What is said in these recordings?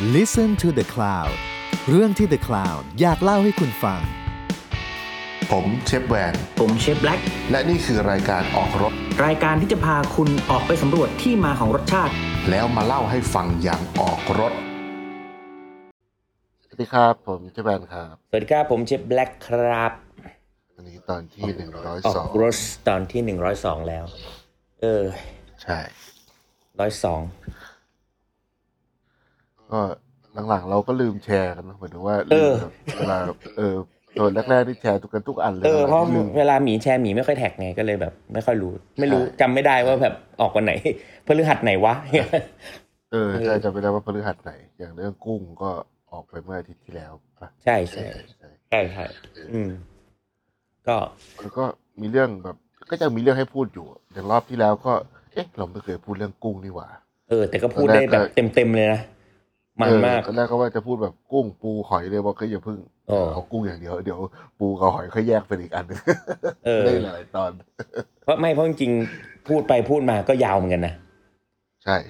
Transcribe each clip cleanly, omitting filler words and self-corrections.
Listen to the Cloud เรื่องที่ The Cloud อยากเล่าให้คุณฟังผมเชฟแวนผมเชฟแบล็กและนี่คือรายการออกรถรายการที่จะพาคุณออกไปสำรวจที่มาของรสชาติแล้วมาเล่าให้ฟังอย่างออกรถสวัสดีครับผมเชฟแวนครับสวัสดีครับผมเชฟแบล็กครับวันนี้ตอนที่102 ออกรถตอนที่102แล้วใช่ 102 ก็หลังๆเราก็ลืมแชร์กันนะเหมือนว่าลืมเวลาตอนแรกๆที่แชร์ทุกอันเลยเพราะเวลาหมีแชร์หมีไม่ค่อยแท็กไงก็เลยแบบไม่ค่อยรู้จำไม่ได้ว่าแบบออกวันไหนพฤหัสไหนวะใช่จำไม่ได้ว่าพฤหัสไหนอย่างเรื่องกุ้งก็ออกไปเมื่ออาทิตย์ที่แล้วป่ะใช่ก็มีเรื่องแบบก็จะมีเรื่องให้พูดอยู่อย่างรอบที่แล้วก็เราไม่เคยพูดเรื่องกุ้งนี่หว่าแต่ก็พูดได้แบบเต็มเลยนะมันมากตอนแรกก็ว่าจะพูดแบบกุ้งปูหอยเลยบอกก็อย่าพึ่งเอากุ้งอย่างเดียวเดี๋ยวปูกับหอยค่อยแยกเป็นอีกอันนึงได้หลายตอนเพราะจริงๆพูดไปพูดมาก็ยาวเหมือนกันนะใช่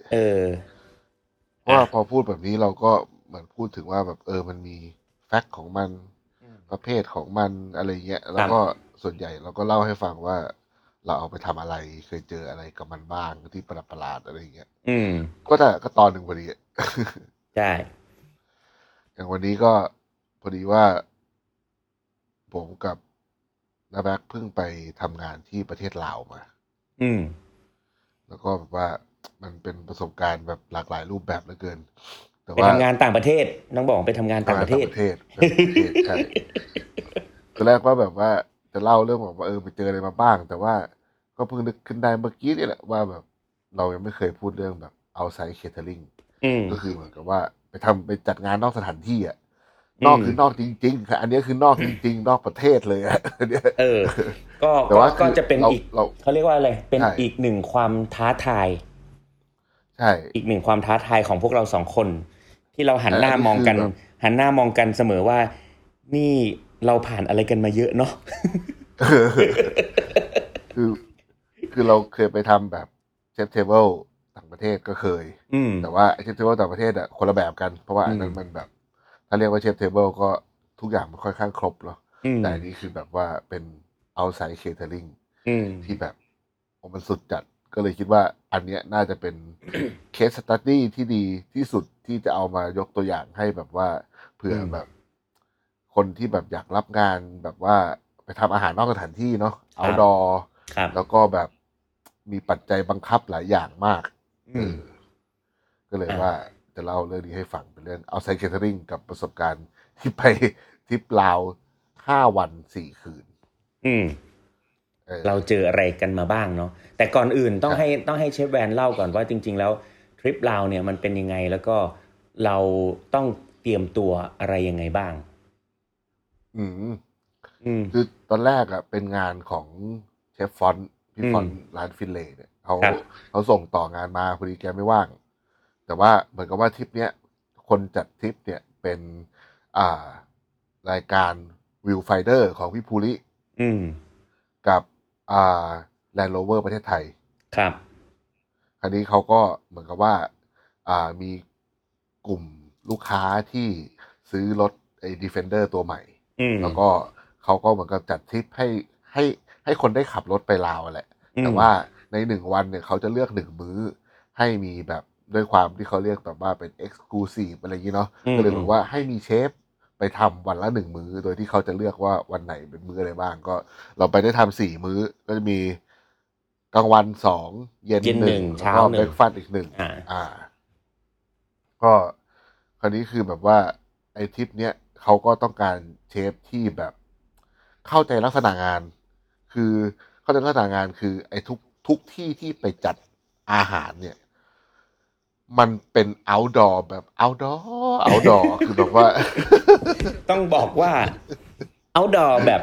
เพราะว่าพอพูดแบบนี้เราก็เหมือนพูดถึงว่าแบบมันมีแฟกต์ของมันประเภทของมันอะไรเงี้ยแล้วก็ส่วนใหญ่เราก็เล่าให้ฟังว่าเราเอาไปทำอะไรเคยเจออะไรกับมันบ้างที่ประหลาดอะไรเงี้ยก็ตอนหนึ่งพอดีใช่อย่างวันนี้ก็พอดีว่าผมกับน้าแบ็คเพิ่งไปทำงานที่ประเทศลาวมาแล้วก็แบบว่ามันเป็นประสบการณ์แบบหลากหลายรูปแบบเหลือเกินแต่ว่าไปทำงานต่างประเทศน้องบอกไปทำงานต่างประเทศใช่ตอนแรกว่าแบบว่าจะเล่าเรื่องแบบว่าไปเจออะไรมาบ้างแต่ว่าก็เพิ่งนึกขึ้นได้เมื่อกี้นี่แหละว่าแบบเรายังไม่เคยพูดเรื่องแบบ outside catering ก็คือเหมือนกับว่าไปจัดงานนอกสถานที่นอกคือนอกจริงๆอันนี้คือนอกจริงๆนอกประเทศเลยก็จะเป็นอีกเขาเรียกว่าอะไรเป็นอีกหนึ่งความท้าทายใช่อีกหนึ่งความท้าทายของพวกเราสองคนที่เราหันหน้ามองกันเสมอว่านี่เราผ่านอะไรกันมาเยอะเนาะคือเราเคยไปทำแบบเชฟเทเบิลต่างประเทศก็เคยแต่ว่าเชฟเทเบิลต่างประเทศคนละแบบกันเพราะว่าอันนั้นมันแบบถ้าเรียกว่าเชฟเทเบิลก็ทุกอย่างมันค่อนข้างครบเนาะแต่นี่คือแบบว่าเป็น outside catering ที่แบบมันสุดจัดก็เลยคิดว่าอันเนี้ยน่าจะเป็น case study ที่ดีที่สุดที่จะเอามายกตัวอย่างให้แบบว่าเผื่อแบบคนที่แบบอยากรับงานแบบว่าไปทำอาหารนอกสถานที่เนาะ outdoor แล้วก็แบบมีปัจจัยบังคับหลายอย่างมากก็เลยว่าจะเล่าเรื่องนี้ให้ฟังเป็นเรื่อง outside catering กับประสบการณ์ที่ไปทริปลาว5 วัน 4 คืนเราเจออะไรกันมาบ้างเนาะแต่ก่อนอื่นต้องให้เชฟแวนเล่าก่อนว่าจริงๆแล้วทริปลาวเนี่ยมันเป็นยังไงแล้วก็เราต้องเตรียมตัวอะไรยังไงบ้างคือตอนแรกเป็นงานของเชฟฟอนต์พี่ฟอนต์ร้านฟินเล่เนี่ยเขาส่งต่องานมาพอดีแกไม่ว่างแต่ว่าเหมือนกับว่าทริปเนี้ยคนจัดทริปเนี่ยเป็นรายการวิวไฟเดอร์ของพี่ภูริกับLand Rover ประเทศไทยครับคราวนี้เขาก็เหมือนกับว่ามีกลุ่มลูกค้าที่ซื้อรถไอ้ Defender ตัวใหม่แล้วก็เขาก็เหมือนกับจัดทริปให้คนได้ขับรถไปลาวแหละแต่ว่าใน1 วันเนี่ยเขาจะเลือก1 มื้อให้มีแบบด้วยความที่เขาเรียกแบบว่าเป็น Exclusive อะไรอย่างนี้เนาะก็เลยบอกว่าให้มีเชฟไปทำวันละ1 มื้อโดยที่เขาจะเลือกว่าวันไหนเป็นมื้ออะไรบ้างก็เราไปได้ทำ4 มื้อก็จะมีกลางวัน2เย็น1แล้วก็เบรกฟาสต์อีก1ก็คราวนี้คือแบบว่าไอ้ทริปเนี้ยเขาก็ต้องการเชฟที่แบบเข้าใจลักษณะงานคือเข้าใจลักษณะงานคือไอ้ทุกที่ที่ไปจัดอาหารเนี่ยมันเป็น outdoor แบบ outdoor คือแบบว่าต้องบอกว่า outdoor แบบ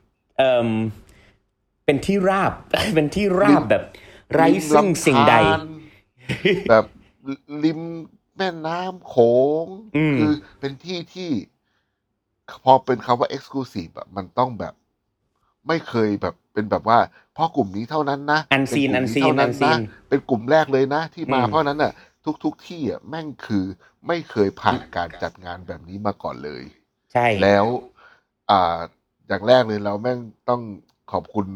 เป็นที่ราบแบบไร้ซึ่งสิ่งใดแบบริมแม่น้ำโขงคือเป็นที่พอเป็นคำว่า exclusive มันต้องแบบไม่เคยแบบเป็นแบบว่าเพราะกลุ่มนี้เท่านั้นนะอันซีนเป็นกลุ่มแรกเลยนะที่มาเพราะนั้นน่ะทุกที่อ่ะแม่งคือไม่เคยผ่านการจัดงานแบบนี้มาก่อนเลยใช่แล้วอ่าอย่างแรกเลยเราแม่งต้องขอบคุณ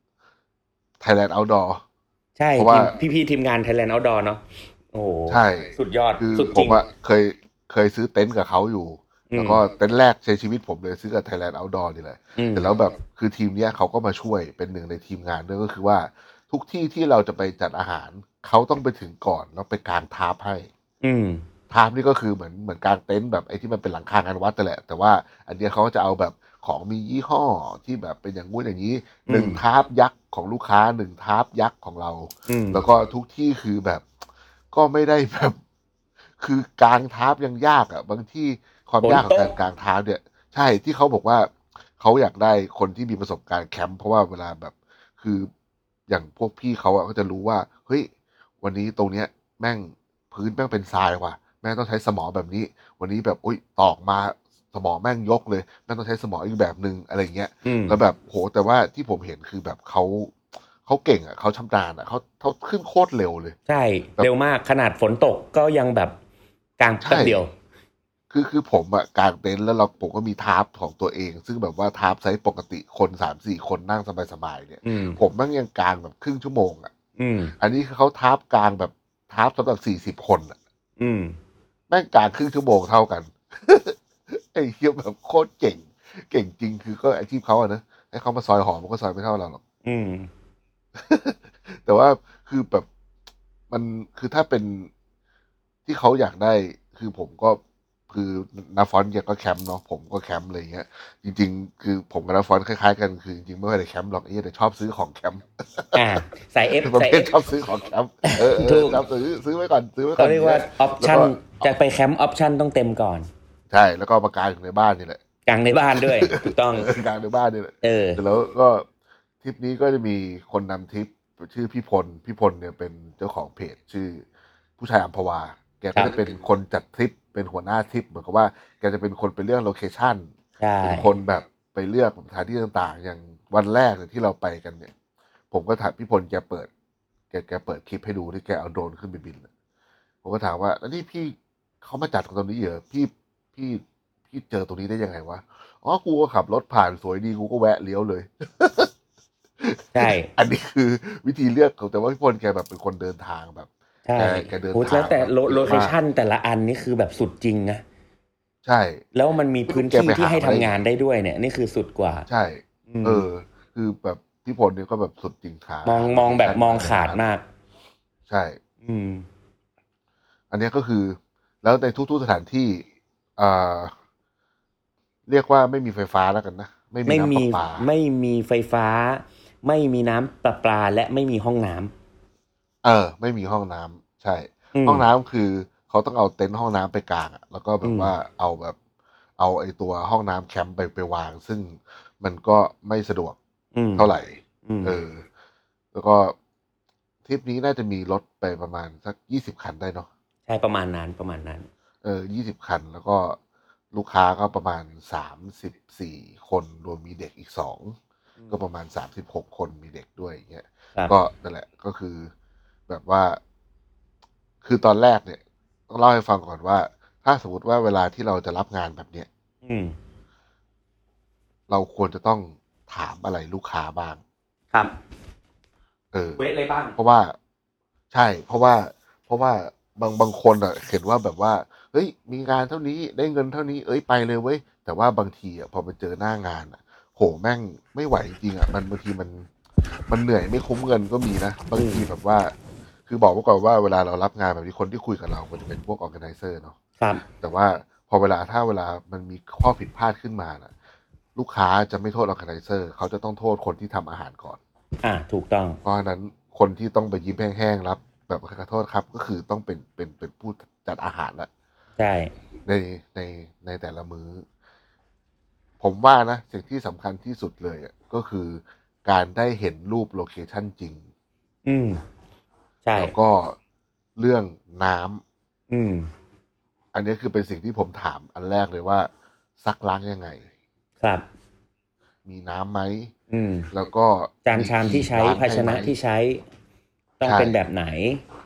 Thailand Outdoor ใช่เพราะว่าพี่ทีมงาน Thailand Outdoor เนาะโอ้โหใช่สุดยอดคือสุดจริงผมอะเคยซื้อเต็นท์กับเขาอยู่อืมแล้วก็เต็นท์แรกในชีวิตผมเลยซื้อกับ Thailand Outdoor นี่แหละอืมแต่แล้วแบบคือทีมเนี้ยเขาก็มาช่วยเป็นหนึ่งในทีมงานด้วยก็คือว่าทุกที่ที่เราจะไปจัดอาหารเขาต้องไปถึงก่อนแล้วไปกางทาร์ปให้อืมทาร์ปนี่ก็คือเหมือนกางเต็นท์แบบไอ้ที่มันเป็นหลังคางานวัดนั่นแหละแต่ว่าอันเนี้ยเขาก็จะเอาแบบของมียี่ห้อที่แบบเป็นอย่างงู้นอย่างนี้หนึ่งอืมทาร์ปยักษ์ของลูกค้าหนึ่งทาร์ปยักษ์ของเราอืมแล้วก็ทุกที่คือแบบก็ไม่ได้แบบคือกางทาร์ปยังยากอ่ะบางที่ความยากของฝนตกการกางทาร์ปเนี่ยใช่ที่เขาบอกว่าเขาอยากได้คนที่มีประสบการณ์แคมป์เพราะว่าเวลาแบบคืออย่างพวกพี่เขาอะก็จะรู้ว่าเฮ้ยวันนี้ตรงเนี้ยแม่งพื้นแม่งเป็นทรายว่ะแม่งต้องใช้สมอแบบนี้วันนี้แบบอุ้ยตอกมาสมอแม่งยกเลยแม่งต้องใช้สมออีกแบบนึงอะไรเงี้ยอืมแล้วแบบโหแต่ว่าที่ผมเห็นคือแบบเขาเก่งอ่ะเขาชำนาญอ่ะเขาขึ้นโคตรเร็วเลยใช่แบบเร็วมากขนาดฝนตกก็ยังแบบกลางใช่แป๊บเดียวคือผมอะกางเต็นท์แล้วผมก็มีทาร์ปของตัวเองซึ่งแบบว่าทาร์ปไซส์ปกติคน3-4คนนั่งสบายๆเนี่ยอืมผมแม่งยังกางแบบครึ่งชั่วโมงอะอืมอันนี้คือเขาทาร์ปกางแบบทาร์ปสำหรับ40 คนอะอืมแม่งกางครึ่งชั่วโมงเท่ากันไอ้เหี้ยแบบโคตรเก่งจริงคือก็อาชีพเขาอะนะให้เขามาซอยหอมมันก็ซอยไม่เท่าเราหรอกอืมแต่ว่าคือแบบมันคือถ้าเป็นที่เขาอยากได้คือผมก็คือนาฟอนต์แกก็แคมป์เนาะผมก็แคมป์อะไรเงี้ยจริงๆคือผมกับนาฟอนต์คล้ายๆกันคือจริงๆไม่ค่อยได้แคมป์หรอกไอ้เหี้ยแต่ชอบซื้อของแคมป์อ่าสายเอฟประสายเอฟเภทชอบซื้อของแคมป์ถูกชอบซื้อไว้ก่อนซื้อไว้ก่เขาเรียกว่าอนเนี้ยออปชั่นแล้วก็จะไปแคมป์ออปชั่นต้องเต็มก่อนใช่แล้วก็เอามากางอยู่ในบ้านนี่แหละกลางในบ้านด้วยถูกต้องกลางในบ้านนี่แหละเออเสร็จแล้วก็ทริปนี้ก็จะมีคนนำทริปชื่อพี่พลเนี่ยเป็นเจ้าของเพจชื่อผู้ชายอัมพวาแกครับก็จะเป็นคนจัดทริปเป็นหัวหน้าทริปเหมือนกับว่าแกจะเป็นคนไปเลือกโลเคชั่นใช่เป็นคนแบบไปเลือกสถานที่ต่างๆอย่างวันแรกเนี่ยที่เราไปกันเนี่ยผมก็ถามพี่พลแกเปิดคลิปให้ดูที่แกเอาโดรนขึ้นไปบินน่ะผมก็ถามว่าแล้วนี่พี่เขามาจัดตรงนี้เหรอพี่พี่เจอตรงนี้ได้ยังไงวะ อ๋อกูก็ขับรถผ่านสวยดีกูก็แวะเลี้ยวเลยใช่อันนี้คือวิธีเลือกของแต่ว่าพี่พลแกแบบเป็นคนเดินทางแบบใช่แกเดิโหนทางแล้วแต่แบบเยโลอะมากเคชั่นแต่ละอันนี่คือแบบสุดจริงนะใช่แล้วมันมีไม่พื้นที่รู้แกไปหาที่ให้ทำมาได้ยังไงงานได้ด้วยเนี่ยนี่คือสุดกว่าใช่อืมเออคือแบบพี่พลเนี่ยก็แบบสุดจริงหาโลมองแบบเคชั่นมองมาได้มาขาดมากใช่อืมอันเนี้ยก็คือแล้วในทุกๆสถานที่อ่าเรียกว่าไม่มีไฟฟ้าแล้วกันนะไม่มีไม่มีน้ำประปาไม่มีไฟฟ้าไม่มีน้ำประปาและไม่มีห้องน้ไม่มีห้องน้ำใช่ำอืมห้องน้ำคือเขาต้องเอาเต็นท์ห้องน้ำไปกางอะแล้วก็แบอืมบว่าเอาแบบเอาไอ้ตัวห้องน้ำแคมป์ไปวางซึ่งมันก็ไม่สะดวกอืมเท่าไหร่อืมเออแล้วก็ทริปนี้น่าจะมีรถไปประมาณสัก20 คันได้เนาะใช่ประมาณนั้นประมาณนั้น 20 คันแล้วก็ลูกค้าก็ประมาณ34 คนรวมมีเด็กอีก2 อืมก็ประมาณ36 คนมีเด็กด้วยอย่างเงี้ยครับก็นั่นแหละก็คือแบบว่า คือตอนแรกเนี่ยต้องเล่าให้ฟังก่อนว่าถ้าสมมติว่าเวลาที่เราจะรับงานแบบเนี้ยอืมเราควรจะต้องถามอะไรลูกค้าบ้างครับเออเวทอะไรบ้างเพราะว่าใช่เพราะว่าบางคนอ่ะเห็นว่าแบบว่าเฮ้ยมีงานเท่านี้ได้เงินเท่านี้เอ้ยไปเลยเว้ยแต่ว่าบางทีอ่ะพอไปเจอหน้างานอ่ะโหแม่งไม่ไหวจริงอ่ะมันบางทีมันเหนื่อยไม่คุ้มเงินก็มีนะบางอืมทีแบบว่าคือบอกไว้ก่อนว่าเวลาเรารับงานแบบนี้คนที่คุยกับเราก็จะเป็นพวก organizer เนาะครับแต่ว่าพอเวลามันมีข้อผิดพลาดขึ้นมาน่ะลูกค้าจะไม่โทษ organizer เขาจะต้องโทษคนที่ทำอาหารก่อนถูกต้องเพราะฉะนั้นคนที่ต้องไปยิ้มแห้งๆรับแบบขอโทษครับก็คือต้องเป็นผู้จัดอาหารละใช่ในในในแต่ละมื้อผมว่านะสิ่งที่สำคัญที่สุดเลยอะก็คือการได้เห็นรูปโลเคชั่นจริงอืมใช่แล้วก็เรื่องน้อืมำอันนี้คือเป็นสิ่งที่ผมถามอันแรกเลยว่าซักล้างยังไงครับมีน้ำไหมอืมแล้วก็จานมีครีชามที่ใช้มล้างภาชนะให้ไหมที่ใช้ต้องใช่เป็นแบบไหน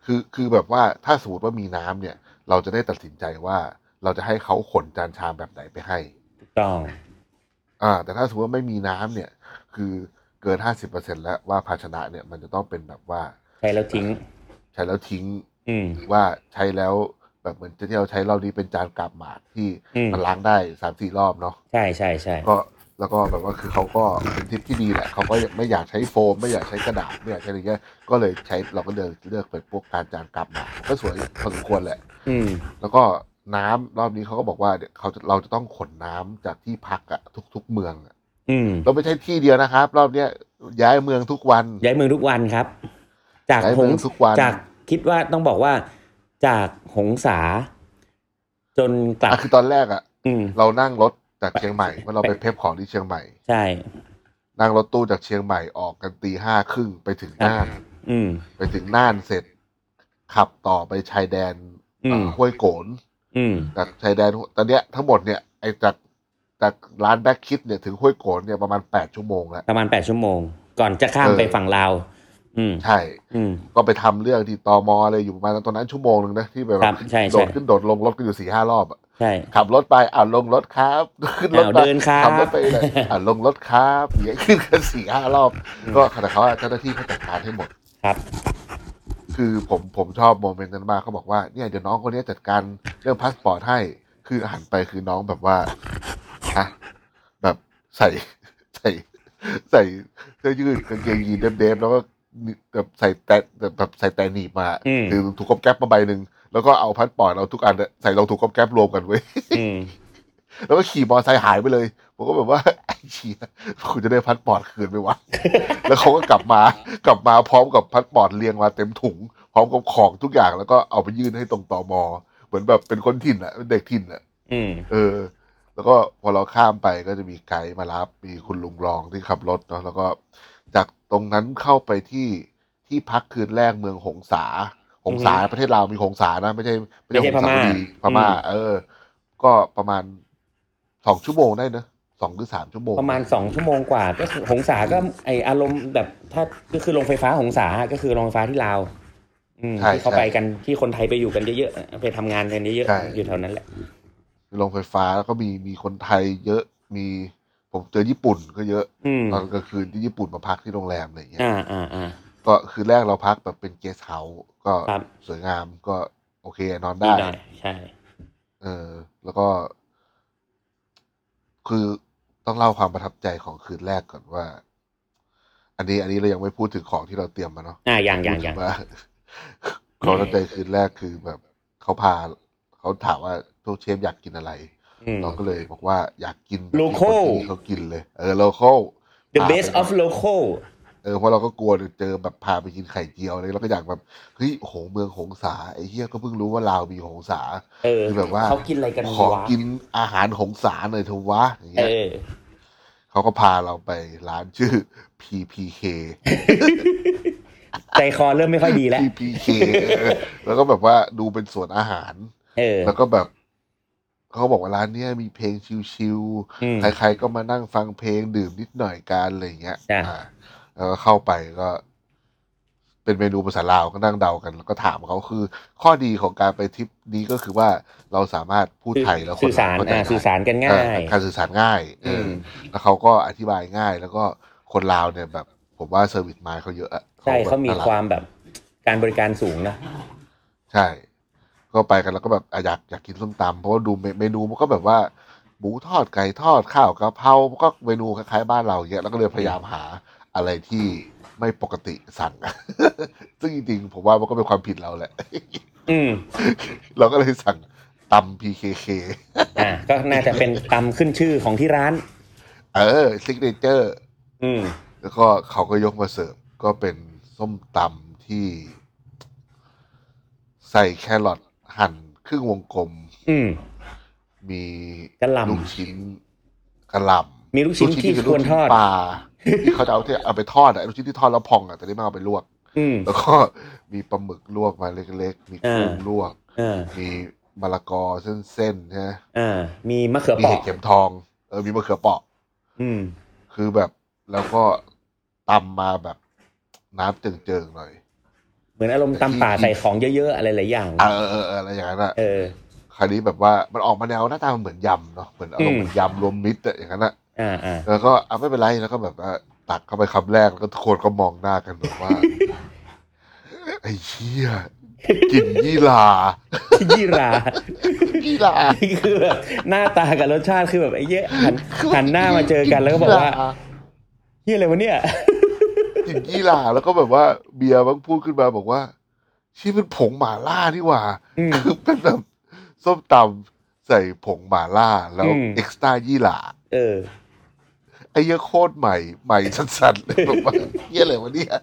คือแบบว่าถ้าสมมติว่ามีน้ำเนี่ยเราจะได้ตัดสินใจว่าเราจะให้เขาขนจานชามแบบไหนไปให้ถูกต้องแต่ถ้าสมมติว่าไม่มีน้ำเนี่ยคือเกิน50%แล้วว่าภาชนะเนี่ยมันจะต้องเป็นแบบว่าใช้แล้วทิ้งใช้แล้วทิ้งหรือว่าใช้แล้วแบบเหมือนที่เราใช้รอบนี้เป็นจานกาบหมากที่มันล้างได้3-4 รอบเนาะใช่ใช่ใช่ก็แล้วก็แบบว่าคือเขาก็เป็นทิปที่ดีแหละเขาก็ไม่อยากใช้โฟมไม่อยากใช้กระดาษไม่อยากใช้อะไรเงี้ยก็เลยใช้เราก็เลือกเป็นพวกการจานกาบหมากก็สวยพอสมควรแหละแล้วก็น้ำรอบนี้เขาก็บอกว่าเดี๋ยวเราจะต้องขนน้ำจากที่พักอะทุกเมืองอะเราไม่ใช่ที่เดียวนะครับรอบเนี้ยย้ายเมืองทุกวันครับจากหงทุกวันจากคิดว่าต้องบอกว่าจากหงสาจนกลับคือตอนแรกอะเรานั่งรถจากเชียงใหม่เมื่อเราไปเพปของที่เชียงใหม่ใช่นั่งรถตู้จากเชียงใหม่ออกกัน5:30ไปถึงน่านไปถึงน่านเสร็จขับต่อไปชายแดนห้วยโกนจากชายแดนตอนเนี้ยทั้งหมดเนี่ยไอ้จากร้านแบ็คคิดเนี่ยถึงห้วยโกนเนี่ยประมาณ8 ชั่วโมงแล้วประมาณ8 ชั่วโมงก่อนจะข้ามไปฝั่งลาวใช่ก็ไปทำเรื่องที่ตม.อะไรอยู่ประมาณตอนนั้นชั่วโมงนึงนะที่แบบโดดขึ้นโดดลงรถกันอยู่4-5 รอบอ่ะขับรถไปลงรถครับขึ้นรถไปขับรถไปเลยลงรถครับอย่างเงี้ยขึ้นกัน4-5 รอบก็แต่เขาเจ้าหน้าที่เขาจัดการให้หมดครับคือผมชอบโมเมนต์นั้นมากเขาบอกว่าเนี่ยเดี๋ยวน้องคนนี้จัดการเรื่องพาสปอร์ตให้คือหันไปคือน้องแบบว่าแบบใส่เสื้อยืดกางเกงยีนเดฟๆแล้วก็แบบใส่แต่หนีบมาถือถุงก๊อบแก๊บมาใบหนึ่งแล้วก็เอาพาสปอร์ตเราทุกอันใส่ลงถุงก๊อบแก๊บรวมกันไว้แล้วก็ขี่มอเตอร์ไซค์หายไปเลยผมก็แบบว่าไอ้เชี่ยคุณจะได้พาสปอร์ตคืนไหมวะแล้วเขาก็กลับมาพร้อมกับพาสปอร์ตเรียงมาเต็มถุงพร้อมกับของทุกอย่างแล้วก็เอาไปยื่นให้ตรงตม.เหมือนแบบเป็นคนถิ่นอ่ะเป็นเด็กถิ่นอ่ะแล้วก็พอเราข้ามไปก็จะมีไกด์มารับมีคุณลุงรองที่ขับรถเนาะแล้วก็จากตรงนั้นเข้าไปที่พักคืนแรกเมืองหงสาประเทศลาวมีหงสานะไม่ใช่หงสาพม่าก็ประมาณ2 ชั่วโมงได้นะ2 หรือ 3 ชั่วโมงประมาณ2 ชั่วโมงกว่าก็หงสาก็ไออารมณ์แบบถ้าก็คือโรงไฟฟ้าหงสาก็คือโรงไฟฟ้าที่ลาวที่เขาไปกันที่คนไทยไปอยู่กันเยอะๆไปทำงานกันเยอะๆอยู่แถวนั้นแหละโรงไฟฟ้าแล้วก็มีคนไทยเยอะมีผมเจอญี่ปุ่นก็เยอะตอนกลางคืนที่ญี่ปุ่นมาพักที่โรงแรมอะไรอย่างเงี้ยก็คืนแรกเราพักแบบเป็นเกสต์เฮาส์ก็สวยงามก็โอเคนอนได้ใช่แล้วก็คือต้องเล่าความประทับใจของคืนแรกก่อนว่าอันนี้เรายังไม่พูดถึงของที่เราเตรียมมาเนาะอย่างว่าความประทับใจคืนแรกคือแบบเขาถามว่าทุกเชฟอยากกินอะไรเราก็เลยบอกว่าอยากกินโลคอลที่เขากินเลยโลคอล the best of local เพราะเราก็กลัวเจอแบบพาไปกินไข่เจียวอะไรเราก็อยากแบบเฮ้ยโหเมืองหงสาไอ้เหี้ยก็เพิ่งรู้ว่าลาวมีหงสาคือแบบว่าเขากินอะไรกันขอกินอาหารหงสาหน่อยเถอะวะอย่างเงี้ยเขาก็พาเราไปร้านชื่อ PPK ใจคอเริ่มไม่ค่อยดีแล้ว PPK แล้วก็แบบว่าดูเป็นสวนอาหารแล้วก็แบบเขาบอกว่าร้านนี้มีเพลงชิลๆใครๆก็มานั่งฟังเพลงดื่มนิดหน่อยกันอะไรอย่างเงี้ยแล้วก็เข้าไปก็เป็นเมนูภาษาลาวก็นั่งเดากันแล้วก็ถามเขาคือข้อดีของการไปทริปนี้ก็คือว่าเราสามารถพูดไทยแล้วสื่อสารกันง่ายการสื่อสารง่ายแล้วเขาก็อธิบายง่ายแล้วก็คนลาวเนี่ยแบบผมว่าเซอร์วิสมายเขาเยอะใช่เขามีความแบบการบริการสูงนะใช่ก็ไปกันแล้วก็แบบอยากกินส้มตำเพราะว่าดูเมนูมันก็แบบว่าหมูทอดไก่ทอดข้าวกะเพราก็เมนูคล้ายๆบ้านเราเยอะแล้วก็เลยพยายามหาอะไรที่ไม่ปกติสั่งซึ่งจริงๆผมว่ามันก็เป็นความผิดเราแหละเราก็เลยสั่งตำ PKK ก็น่าจะเป็นตำขึ้นชื่อของที่ร้านซิกเนเจอร์แล้วก็เขาก็ยกมาเสิร์ฟก็เป็นส้มตำที่ใส่แครอทหั่นครึ่งวงกลมมีลูกชิ้นกระหล่ำมีลูกชิ้นที่ควรทอดปลาที่เขาจะเอาไปทอดลูกชิ้นที่ทอดแล้วพองแต่นี่ไม่เอาไปลวกแล้วก็มีปลาหมึกลวกมาเล็กๆมีกุ้งลวกมีมะละกอเส้นๆใช่ไหมมีมะเขือเปาะมีเห็ดเข็มทองมีมะเขือเปาะคือแบบแล้วก็ตำมาแบบน้ำเจิ่งๆหน่อยเหมือนอารมณ์ตำป่าใส่ของเยอะๆอะไรหลายอย่างอะไรอย่างนั้นอะคราวนี้แบบว่ามันออกมาแนวหน้าตามันเหมือนยำเนาะเหมือนอารมณ์เหมือนยำรวมมิตรอะอย่างนั้นอะแล้วก็ไม่เป็นไรแล้วก็แบบว่าตักเข้าไปคำแรกแล้วก็ทุกคนก็มองหน้ากันแบบว่าไอ้เหี้ยกินยี่หร่ายี่หร่าคือแบบหน้าตากับรสชาติคือแบบไอ้เหี้ยหันหน้ามาเจอกันแล้วก็บอกว่าเหี้ยอะไรวะเนี่ยกินยี่หร่าแล้วก็แบบว่าเบียร์บางพูดขึ้นมาบอกว่าชี่เป็นผงหม่าล่านี่หว่าคือเป็นแบบส้มตำใส่ผงหม่าล่าแล้วเอ็กซ์ตร้ายี่หร่าไอ้เหี้ยโคตรใหม่สัสๆเลยแบบว่าเหี้ยอะไรวะเนี่ย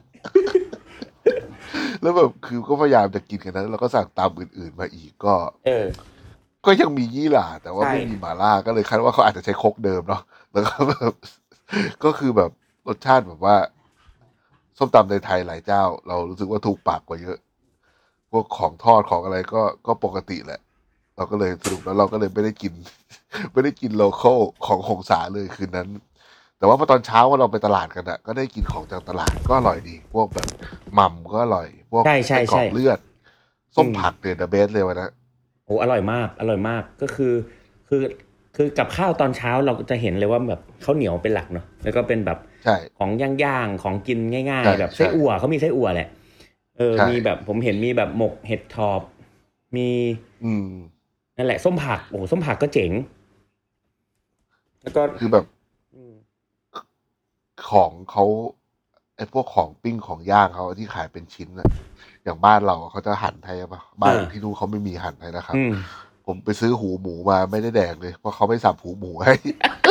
แล้วแบบคือก็พยายามจะกินกันนะแล้วก็สั่งตามอื่นๆมาอีกก็ยังมียี่หร่าแต่ว่าไม่มีหม่าล่าก็เลยคาดว่าเขาอาจจะใช้ครกเดิมเนาะแล้วก็แบบก็คือแบบรสชาติแบบว่าส้มตำในไทยหลายเจ้าเรารู้สึกว่าถูกปากกว่าเยอะพวกของทอดของอะไรก็ปกติแหละเราก็เลยสรุปแล้วเราก็เลยไม่ได้กินโลคอลของหงสาเลยคืนนั้นแต่ว่าพอตอนเช้าว่าเราไปตลาดกันอะก็ได้กินของจากตลาดก็อร่อยดีพวกแบบหม่ำก็อร่อยพวกไส้กรอกเลือดส้มผักเนี่ยเดอะเบสเลยวันนั้นโอ้อร่อยมากก็คือกับข้าวตอนเช้าเราจะเห็นเลยว่าแบบข้าวเหนียวเป็นหลักเนาะแล้วก็เป็นแบบของย่างๆของกินง่ายๆแบบไส้อั่วเขามีไส้อั่วแหละมีแบบผมเห็นมีแบบหมกเห็ดทอบมีนั่นแหละส้มผักโอ้ส้มผักก็เจ๋งแล้วก็คือแบบของเขาไอ้พวกของปิ้งของย่างเขาที่ขายเป็นชิ้นอะอย่างบ้านเราเขาจะหั่นให้ป่ะบ้านที่นู่นเขาไม่มีหั่นให้นะครับผมไปซื้อหูหมูมาไม่ได้แดกเลยเพราะเขาไม่สับหูหมูให้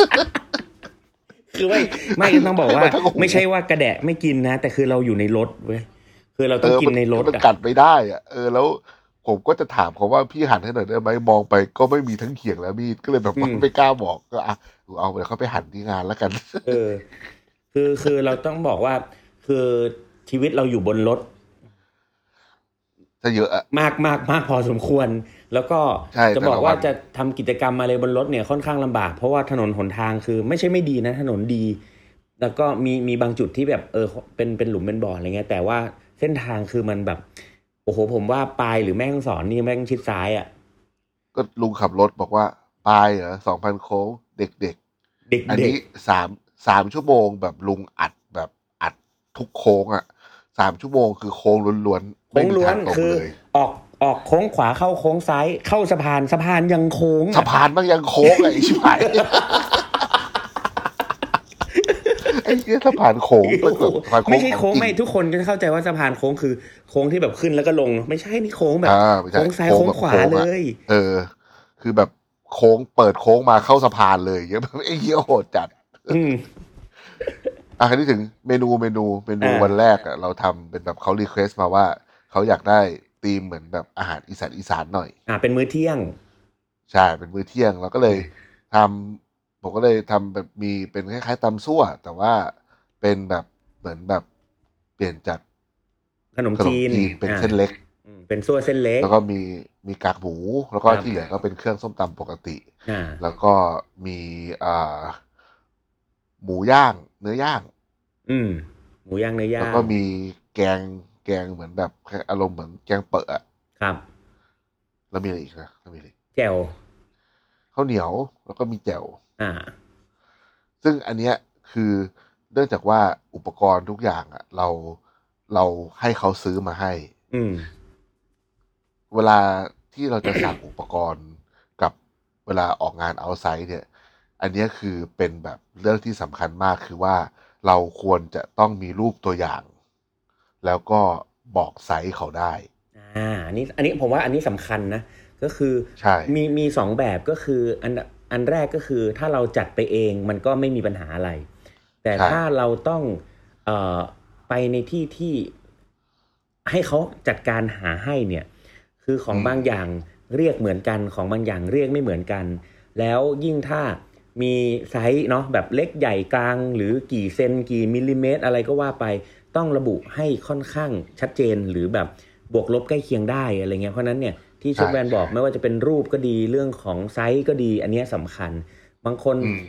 คือไม่ต้องบอกว่าไม่ใช่ว่ากระแดะไม่กินนะแต่คือเราอยู่ในรถเว้ยคือเราต้องกินในรถมันกัดไม่ได้อะแล้วผมก็จะถามเขาว่าพี่หั่นให้หน่อยได้ไหมมองไปก็ไม่มีทั้งเขียงและมีดก็เลยแบบไม่กล้าบอกก็เอาเดี๋ยวเขาไปหั่นที่งานแล้วกันคือเราต้องบอกว่าคือชีวิตเราอยู่บนรถจะเยอะมากพอสมควรแล้วก็จะบอกว่าจะทำกิจกรรมอะไรบนรถเนี่ยค่อนข้างลำบากเพราะว่าถนนหนทางคือไม่ใช่ไม่ดีนะถนนดีแล้วก็มีบางจุดที่แบบเป็นหลุมเป็นบ่ออะไรเงี้ยแต่ว่าเส้นทางคือมันแบบโอ้โหผมว่าปลายหรือแม่ฮ่องสอนนี่แม่งชิดซ้ายอ่ะก็ลุงขับรถบอกว่าปลายเหรอ 2,000 โค้งเด็กอันนี้3 ชั่วโมงแบบลุงอัดทุกโค้งอ่ะ3 ชั่วโมงคือโค้งล้วนๆโค้งล้วนคือออกโค้งขวาเข้าโค้งซ้ายเข้าสะพานยังโค้งสะพานมันยังโค้งไอ้ชิบหายไอ้สะพานโค้งไม่ใช่โค้งไม่ทุกคนก็เข้าใจว่าสะพานโค้งคือโค้งที่แบบขึ้นแล้วก็ลงไม่ใช่นี่โค้งแบบโค้งซ้ายโค้งขวาเลยคือแบบโค้งเปิดโค้งมาเข้าสะพานเลยเงี้ยไอ้เหี้ยโหดจัดคราวนี้ถึงเมนูวันแรกเราทำเป็นแบบเขารีเควสต์มาว่าเขาอยากได้ธีมเหมือนแบบอาหารอีสานหน่อยเป็นมื้อเที่ยงใช่เป็นมื้อเที่ยงเราก็เลยผมก็เลยทำแบบมีเป็นคล้ายๆตำซั่วแต่ว่าเป็นแบบเหมือนแบบเปลี่ยนจากขนมจีนเป็นเส้นเล็กเป็นซั่วเส้นเล็กแล้วก็มีกากหมูแล้วก็ที่เหลือก็เป็นเครื่องส้มตำปกติแล้วก็มีหมูย่างเนื้อย่างหมูย่างเนื้อย่างแล้วก็มีแกงเหมือนแบบอารมณ์เหมือนแกงเปอะอ่ะครับแล้วมีอะไรอีกนะแล้วมีอะไรแจ่วข้าวเหนียวแล้วก็มีแจ่วซึ่งอันเนี้ยคือเนื่องจากว่าอุปกรณ์ทุกอย่างอ่ะเราให้เขาซื้อมาให้เวลาที่เราจะสั่งอุปกรณ์กับเวลาออกงานเอาท์ไซต์เนี่ยอันนี้คือเป็นแบบเรื่องที่สำคัญมากคือว่าเราควรจะต้องมีรูปตัวอย่าง แล้วก็บอกไซส์เขาได้อันนี้ผมว่าอันนี้สำคัญนะก็คือมี2แบบก็คืออันแรกก็คือถ้าเราจัดไปเองมันก็ไม่มีปัญหาอะไรแต่ถ้าเราต้องไปในที่ให้เขาจัดการหาให้เนี่ยคือของบางอย่างเรียกเหมือนกันของบางอย่างเรียกไม่เหมือนกันแล้วยิ่งถ้ามีไซส์เนาะแบบเล็กใหญ่กลางหรือกี่เซนกี่มิลลิเมตรอะไรก็ว่าไปต้องระบุให้ค่อนข้างชัดเจนหรือแบบบวกลบใกล้เคียงได้อะไรเงี้ยเพราะนั้นเนี่ยที่เชฟแวนบอกไม่ว่าจะเป็นรูปก็ดีเรื่องของไซส์ก็ดีอันนี้สำคัญบางคน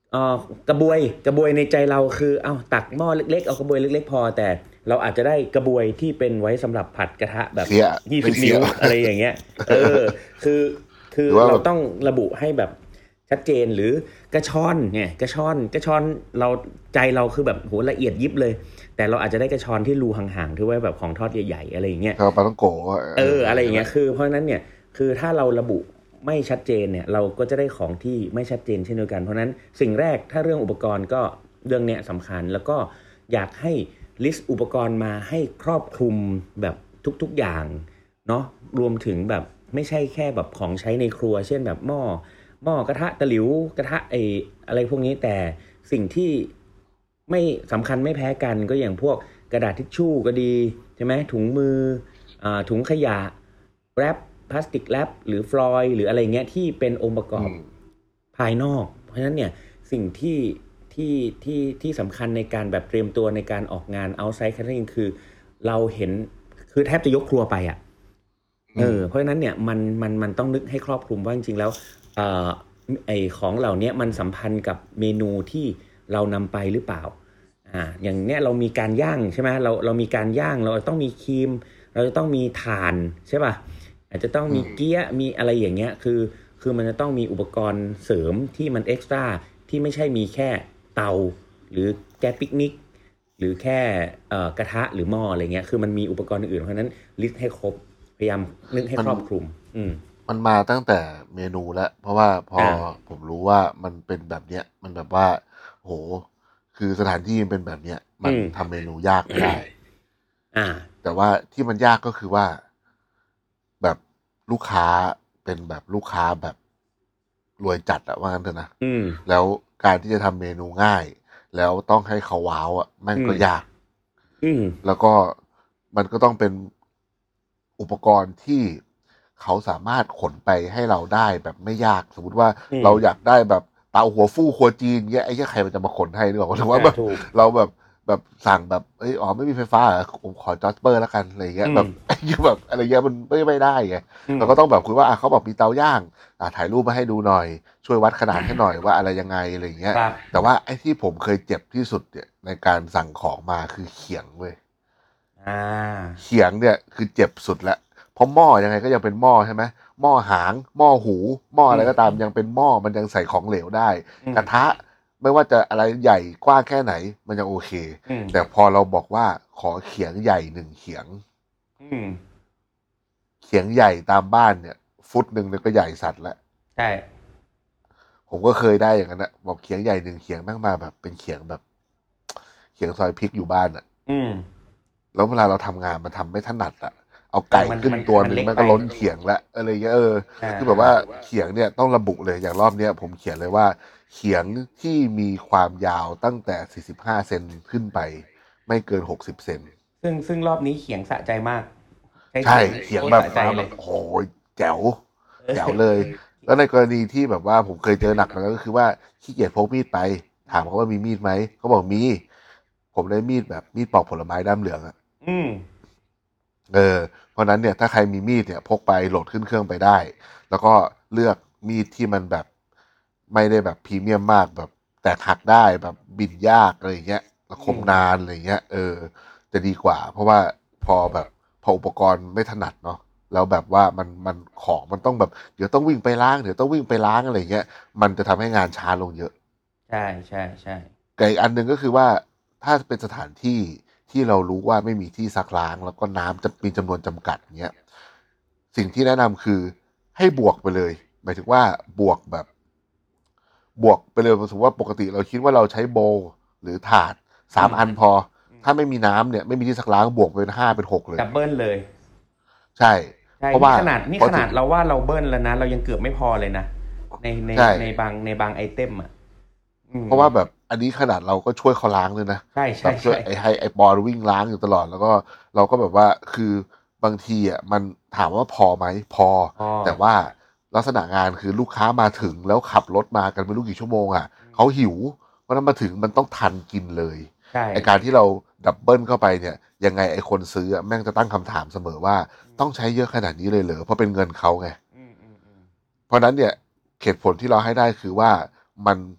กระบวยในใจเราคือเอาตักหม้อเล็กๆเอากระบวยเล็กๆพอแต่เราอาจจะได้กระบวยที่เป็นไว้สำหรับผัดกระทะแบบเสียไม่ 20 เสียนิ้วอะไรอย่างเงี้ยเออคือคืหอรือว่าแบบเราต้องระบุให้แบบชัดเจนหรือกระชอนเนี่ยกระชอนเราใจเราคือแบบโหละเอียดยิบเลยแต่เราอาจจะได้กระชอนที่รูห่างๆที่ไว้แบบของทอดใหญ่ๆอะไรอย่างเงี้ยชาวปาต้องโกะอะไรอย่างนั่นแหละเงี้ยคือเพราะฉะนั้นเนี่ยคือถ้าเราระบุไม่ชัดเจนเนี่ยเราก็จะได้ของที่ไม่ชัดเจนเช่นเดียวกันเพราะนั้นสิ่งแรกถ้าเรื่องอุปกรณ์ก็เรื่องเนี้ยสำคัญแล้วก็อยากให้ลิสต์อุปกรณ์มาให้ครอบคลุมแบบทุกๆอย่างเนาะรวมถึงแบบไม่ใช่แค่แบบของใช้ในครัวเช่นแบบหม้อกระทะตะหลิวกระทะอะไรพวกนี้แต่สิ่งที่ไม่สำคัญไม่แพ้กันก็อย่างพวกกระดาษทิชชู่ก็ดีใช่ไหมถุงมือ ถุงขยะแรปพลาสติกแรปหรือฟลอยด์หรืออะไรเงี้ยที่เป็นองค์ประกอบภายนอกเพราะฉะนั้นเนี่ยสิ่งที่สำคัญในการแบบเตรียมตัวในการออกงาน outside catering คือเราเห็นคือแทบจะยกครัวไปอ่ะเพราะฉะนั้นเนี่ยมันต้องนึกให้ครอบคลุมว่าจริงๆแล้วเอ่อไอของเหล่านี้มันสัมพันธ์กับเมนูที่เรานำไปหรือเปล่าอย่างเนี้ยเรามีการย่างใช่ไหมเรามีการย่างเราต้องมีครีม เราจะต้องมีถ่านใช่ป่ะอาจจะต้องมีเกี๊ยะมีอะไรอย่างเงี้ยคือมันจะต้องมีอุปกรณ์เสริมที่มันเอ็กซ์ตร้าที่ไม่ใช่มีแค่เตาหรือแก๊สปิกนิกหรือแค่กระทะหรือหม้ออะไรเงี้ยคือมันมีอุปกรณ์อื่นๆเพราะนั้นลิสต์ให้ครบพยายามนึกให้มันครอบคลุมมันมาตั้งแต่เมนูแล้วเพราะว่าพออ่าผมรู้ว่ามันเป็นแบบเนี้ยมันแบบว่าโหคือสถานที่มันเป็นแบบเนี้ยมันทำเมนูยากไม่ได้อ่าแต่ว่าที่มันยากก็คือว่าแบบลูกค้าเป็นแบบลูกค้าแบบรวยจัดอะว่างั้นเถอะนะอืมแล้วการที่จะทำเมนูง่ายแล้วต้องให้เขาว้าวอะแม่งอืมก็ยากอืมแล้วก็มันก็ต้องเป็นอุปกรณ์ที่เขาสามารถขนไปให้เราได้แบบไม่ยากสมมติว่าอืมเราอยากได้แบบเตาหัวฟู่ครัวจีนเงี้ยไอ้เหี้ยใครมันจะมาขนให้หรือเปล่าหรือว่าแบบถูกเราแบบสั่งแบบเอ้ยอ๋อไม่มีไฟฟ้าเหรอผมขอจอสเปอร์แล้วกันอะไรเงี้ยอืมแบบไอ้เหี้ยแบบอะไรเงี้ยมันไม่ได้ไงอืมเราก็ต้องแบบคุยว่าเขาบอกมีเตาย่างถ่ายรูปมาให้ดูหน่อยช่วยวัดขนาดให้หน่อยว่าอะไรยังไงอะไรเงี้ยครับแต่ว่าไอ้ที่ผมเคยเจ็บที่สุดเนี่ยในการสั่งของมาคือเขียงเว้ยอ่าเขียงเนี่ยคือเจ็บสุดละเพราะหม้อยังไงก็ยังเป็นหม้อใช่ไหมหม้อหางหม้อหูหม้ออะไรก็ตามยังเป็นหม้อมันยังใส่ของเหลวได้อืมกระทะไม่ว่าจะอะไรใหญ่กว้างแค่ไหนมันยังโอเคอืมแต่พอเราบอกว่าขอเขียงใหญ่หนึ่งเขียงอืมเขียงใหญ่ตามบ้านเนี่ยฟุตหนึ่งเนี่ยก็ใหญ่สัตว์แล้วใช่ผมก็เคยได้อย่างนั้นนะบอกเขียงใหญ่หนึ่งเขียงแม่งมาแบบเป็นเขียงแบบเขียงซอยพริกอยู่บ้านอะอืมแล้วเวลาเราทำงานมันทำไม่ถนัดอะเอาเออไก่ขึ้นตัวหมันเล็กไปนึ่งมันก็ล้นเขียงละอะไรเงี้ยคือแบบว่าเขียงเนี่ยต้องระบุเลยอย่างรอบเนี้ยผมเขียนเลยว่าเขียงที่มีความยาวตั้งแต่45 เซนขึ้นไปไม่เกิน60 เซนซึ่งรอบนี้เขียงสะใจมากใช้ใช่เขียงเขียงโคตรแบบสะใจเลยมาแบบโอ้ยแจ๋วเอแจ๋วเลยอแล้วในกรณีที่แบบว่าผมเคยเจอหนักมาแล้วก็คือว่าขี้เกียจพกมีดไปถามเขาว่ามีมีดไหมเขาบอกมีผมได้มีดแบบมีดปอกผลไม้ด้ามเหลืองอะอืมเพราะนั้นเนี่ยถ้าใครมีมีดเนี่ยพกไปโหลดขึ้นเครื่องไปได้แล้วก็เลือกมีดที่มันแบบไม่ได้แบบพรีเมียมมากแบบแตกหักได้แบบบินยากอะไรเงี้ยแล้วคอืมมนานอะไรเงี้ยจะดีกว่าเพราะว่าพอแบบพออุปกรณ์ไม่ถนัดเนาะแล้วแบบว่ามันของมันต้องแบบเดี๋ยวต้องวิ่งไปล้างเดี๋ยวต้องวิ่งไปล้างอะไรเงี้ยมันจะทำให้งานช้าลงเยอะใช่ใช่ใช่กับอีกอันหนึ่งก็คือว่าถ้าเป็นสถานที่ที่เรารู้ว่าไม่มีที่ซักล้างแล้วก็น้ำจะมีจำนวนจำกัดเงี้ยสิ่งที่แนะนำคือให้บวกไปเลยหมายถึงว่าบวกแบบบวกไปเลยสมมติว่าปกติเราคิดว่าเราใช้โบว์หรือถาดสาอืมมอันพอถ้าไม่มีน้ำเนี่ยไม่มีที่ซักล้างบวกเป็น5 เป็น 6เลยดับเบิลเลยใช่ใช่เพราะว่านี่ขนาดนี่พอถึงขนาดเราว่าเราเบิ้ลแล้วนะเรายังเกือบไม่พอเลยนะในในใช่ในบางไอเทมอ่ะอืมเพราะว่าแบบอันนี้ขนาดเราก็ช่วยเขาล้างเลยนะใช่แบบช่วยใช่ใช่ไอ้ปอนวิ่งล้างอยู่ตลอดแล้วก็เราก็แบบว่าคือบางทีอ่ะมันถามว่าพอไหมพอพอแต่ว่าลักษณะงานคือลูกค้ามาถึงแล้วขับรถมากันไม่รู้กี่ชั่วโมงอ่ะเขาหิวเพราะนั้นมาถึงมันต้องทันกินเลยใช่ไอการที่เราดับเบิลเข้าไปเนี่ยยังไงไอคนซื้ออะแม่งจะตั้งคำถามเสมอว่าต้องใช้เยอะขนาดนี้เลยเหรอเพราะเป็นเงินเขาไงอืมอืมอืมเพราะนั้นเนี่ยเหตุผลที่เราให้ได้คือว่ามัน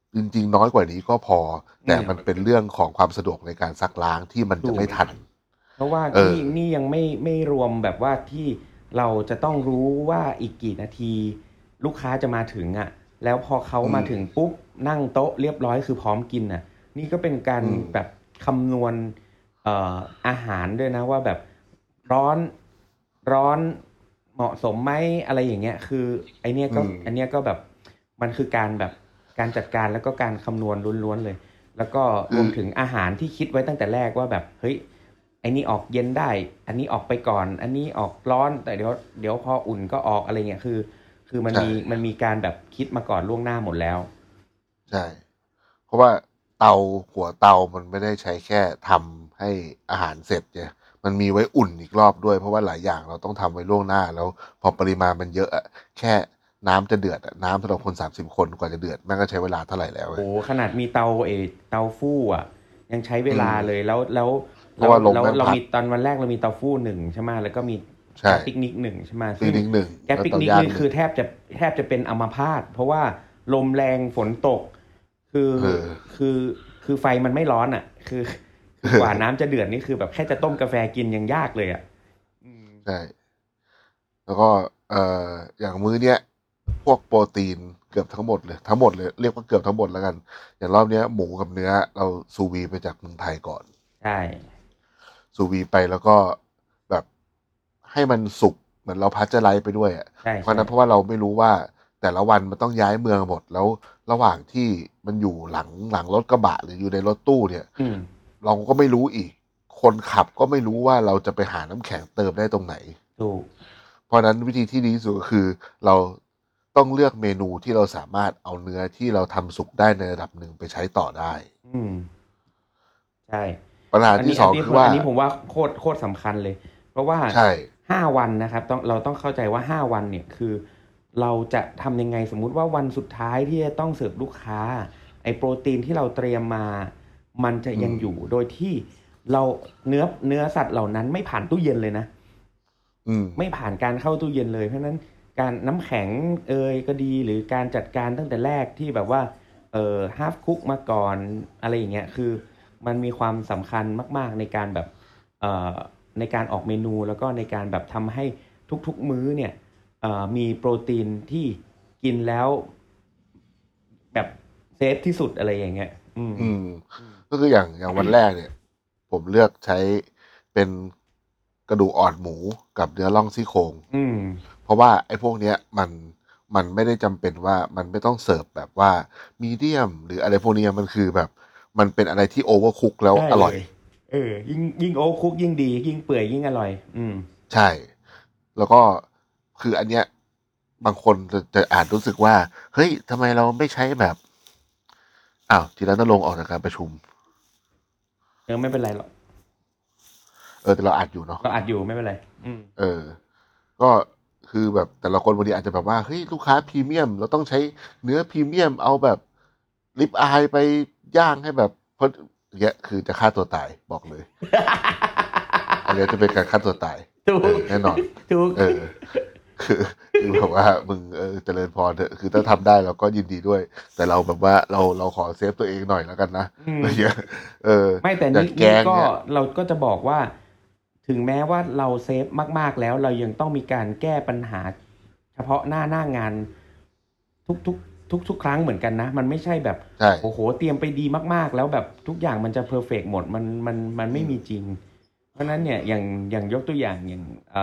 จริงๆน้อยกว่านี้ก็พอแต่มันเป็นเรื่องของความสะดวกในการซักล้างที่มันจะไม่ทันเพราะว่านี่ยังไม่รวมแบบว่าที่เราจะต้องรู้ว่าอีกกี่นาทีลูกค้าจะมาถึงอ่ะแล้วพอเขามาถึงปุ๊บนั่งโต๊ะเรียบร้อยคือพร้อมกินอ่ะนี่ก็เป็นการแบบคำนวณอาหารด้วยนะว่าแบบร้อนเหมาะสมไหมอะไรอย่างเงี้ยคืออันเนี้ยก็แบบมันคือการแบบการจัดการแล้วก็การคำนวณล้วนๆเลยแล้วก็รวมถึงอาหารที่คิดไว้ตั้งแต่แรกว่าแบบเฮ้ยไอ้นี่ออกเย็นได้อันนี้ออกไปก่อนอันนี้ออกร้อนแต่เดี๋ยวพออุ่นก็ออกอะไรเงี้ยคือมันมีการแบบคิดมาก่อนล่วงหน้าหมดแล้วใช่เพราะว่าหัวเตามันไม่ได้ใช้แค่ทำให้อาหารเสร็จเนี่ยมันมีไว้อุ่นอีกรอบด้วยเพราะว่าหลายอย่างเราต้องทำไว้ล่วงหน้าแล้วพอปริมาณมันเยอะแค่น้ำจะเดือดน้ำสำหรับคน30 คนกว่าจะเดือดแม่งก็ใช้เวลาเท่าไหร่แล้วโอ้ขนาดมีเตาฟู่อ่ะยังใช้เวลาเลยแล้วเพราะว่าลมแม่งเราพัดมีตอนวันแรกเรามีเตาฟู่หนึ่งใช่ไหมแล้วก็มีใช่แก๊สปิกนิกหนึ่งใช่ไหมปีซึ่งนิดหนึ่งแก๊สแล้วปิกนิกเตาย่างหนึ่งนี่คือแทบจะเป็นอัมพาตเพราะว่าลมแรงฝนตกคือเออคือคือไฟมันไม่ร้อนอ่ะคือกว่าน้ำจะเดือดนี่คือแบบแค่จะต้มกาแฟกินยังยากเลยอ่ะใช่แล้วก็อย่างมื้อเนี้ยพวกโปรตีนเกือบทั้งหมดเลยเรียกว่าเกือบทั้งหมดแล้วกันอย่างรอบเนี้ยหมูกับเนื้อเราซูวีไปจากเมืองไทยก่อนใช่ซูวีไปแล้วก็แบบให้มันสุกเหมือนเราพัชเจอร์ไลซ์ไปด้วยอ่ะใช่เพราะใช่นั้นเพราะว่าเราไม่รู้ว่าแต่ละวันมันต้องย้ายเมืองหมดแล้วระหว่างที่มันอยู่หลังรถกระบะหรืออยู่ในรถตู้เนี่ยเราก็ไม่รู้อีกคนขับก็ไม่รู้ว่าเราจะไปหาน้ำแข็งเติมได้ตรงไหนถูกเพราะนั้นวิธีที่ดีที่สุดก็คือเราต้องเลือกเมนูที่เราสามารถเอาเนื้อที่เราทำสุกได้ในระดับหนึ่งไปใช้ต่อได้ใช่ปัญหาที่สองคือว่าอันนี้ผมว่าโคตรสำคัญเลยเพราะว่าใช่ 5 วันนะครับเราต้องเข้าใจว่า5 วันเนี่ยคือเราจะทำยังไงสมมุติว่าวันสุดท้ายที่จะต้องเสิร์ฟลูกค้าไอ้โปรตีนที่เราเตรียมมามันจะยังอยู่โดยที่เราเนื้อสัตว์เหล่านั้นไม่ผ่านตู้เย็นเลยนะไม่ผ่านการเข้าตู้เย็นเลยเพราะฉะนั้นการน้ำแข็งก็ดีหรือการจัดการตั้งแต่แรกที่แบบว่าฮาฟคุกมาก่อนอะไรอย่างเงี้ยคือมันมีความสำคัญมากๆในการแบบในการออกเมนูแล้วก็ในการแบบทำให้ทุกๆมื้อเนี่ยมีโปรตีนที่กินแล้วแบบเซฟที่สุดอะไรอย่างเงี้ยก็คืออย่างวันแรกเนี่ยผมเลือกใช้เป็นกระดูกอ่อนหมูกับเนื้อล่องซี่โครงเพราะว่าไอ้พวกเนี้ยมันไม่ได้จำเป็นว่ามันไม่ต้องเสิร์ฟแบบว่ามีเดียมหรืออะไรพวกนี้มันคือแบบมันเป็นอะไรที่โอเวอร์คุกแล้วอร่อยยิ่งโอเวอร์คุกยิ่งดียิ่งเปื่อยยิ่งอร่อยใช่แล้วก็คืออันเนี้ยบางคนจะอาจรู้สึกว่าเฮ้ยทำไมเราไม่ใช้แบบทีละต้องลงออกจากการประชุมไม่เป็นไรหรอกแต่เราอัดอยู่เนาะเราอัดอยู่ไม่เป็นไรก็คือแบบแต่ละคนบางทีอาจจะแบบว่าเฮ้ยลูกค้าพรีเมียมเราต้องใช้เนื้อพรีเมียมเอาแบบลิปอายไปย่างให้แบบเพราะอย่างเงี้ยคือจะฆ่าตัวตายบอกเลย อันนี้จะเป็นการฆ่าตัวตายแน่นอนถูกคือแบบว่ามึงเจริญพรเถอะคือถ้าทำได้เราก็ยินดีด้วยแต่เราแบบว่าเราขอเซฟตัวเองหน่อยแล้วกันนะอะไรเงี้ยไม่แต่นี่ก็เราก็จะบอกว่าถึงแม้ว่าเราเซฟมากๆแล้วเรายังต้องมีการแก้ปัญหาเฉพาะหน้างานทุกครั้งเหมือนกันนะมันไม่ใช่แบบโอ้โหเตรียมไปดีมากๆแล้วแบบทุกอย่างมันจะเพอร์เฟกต์หมดมันไม่มีจริงเพราะนั้นเนี่ยอย่างยกตัวอย่างอย่าง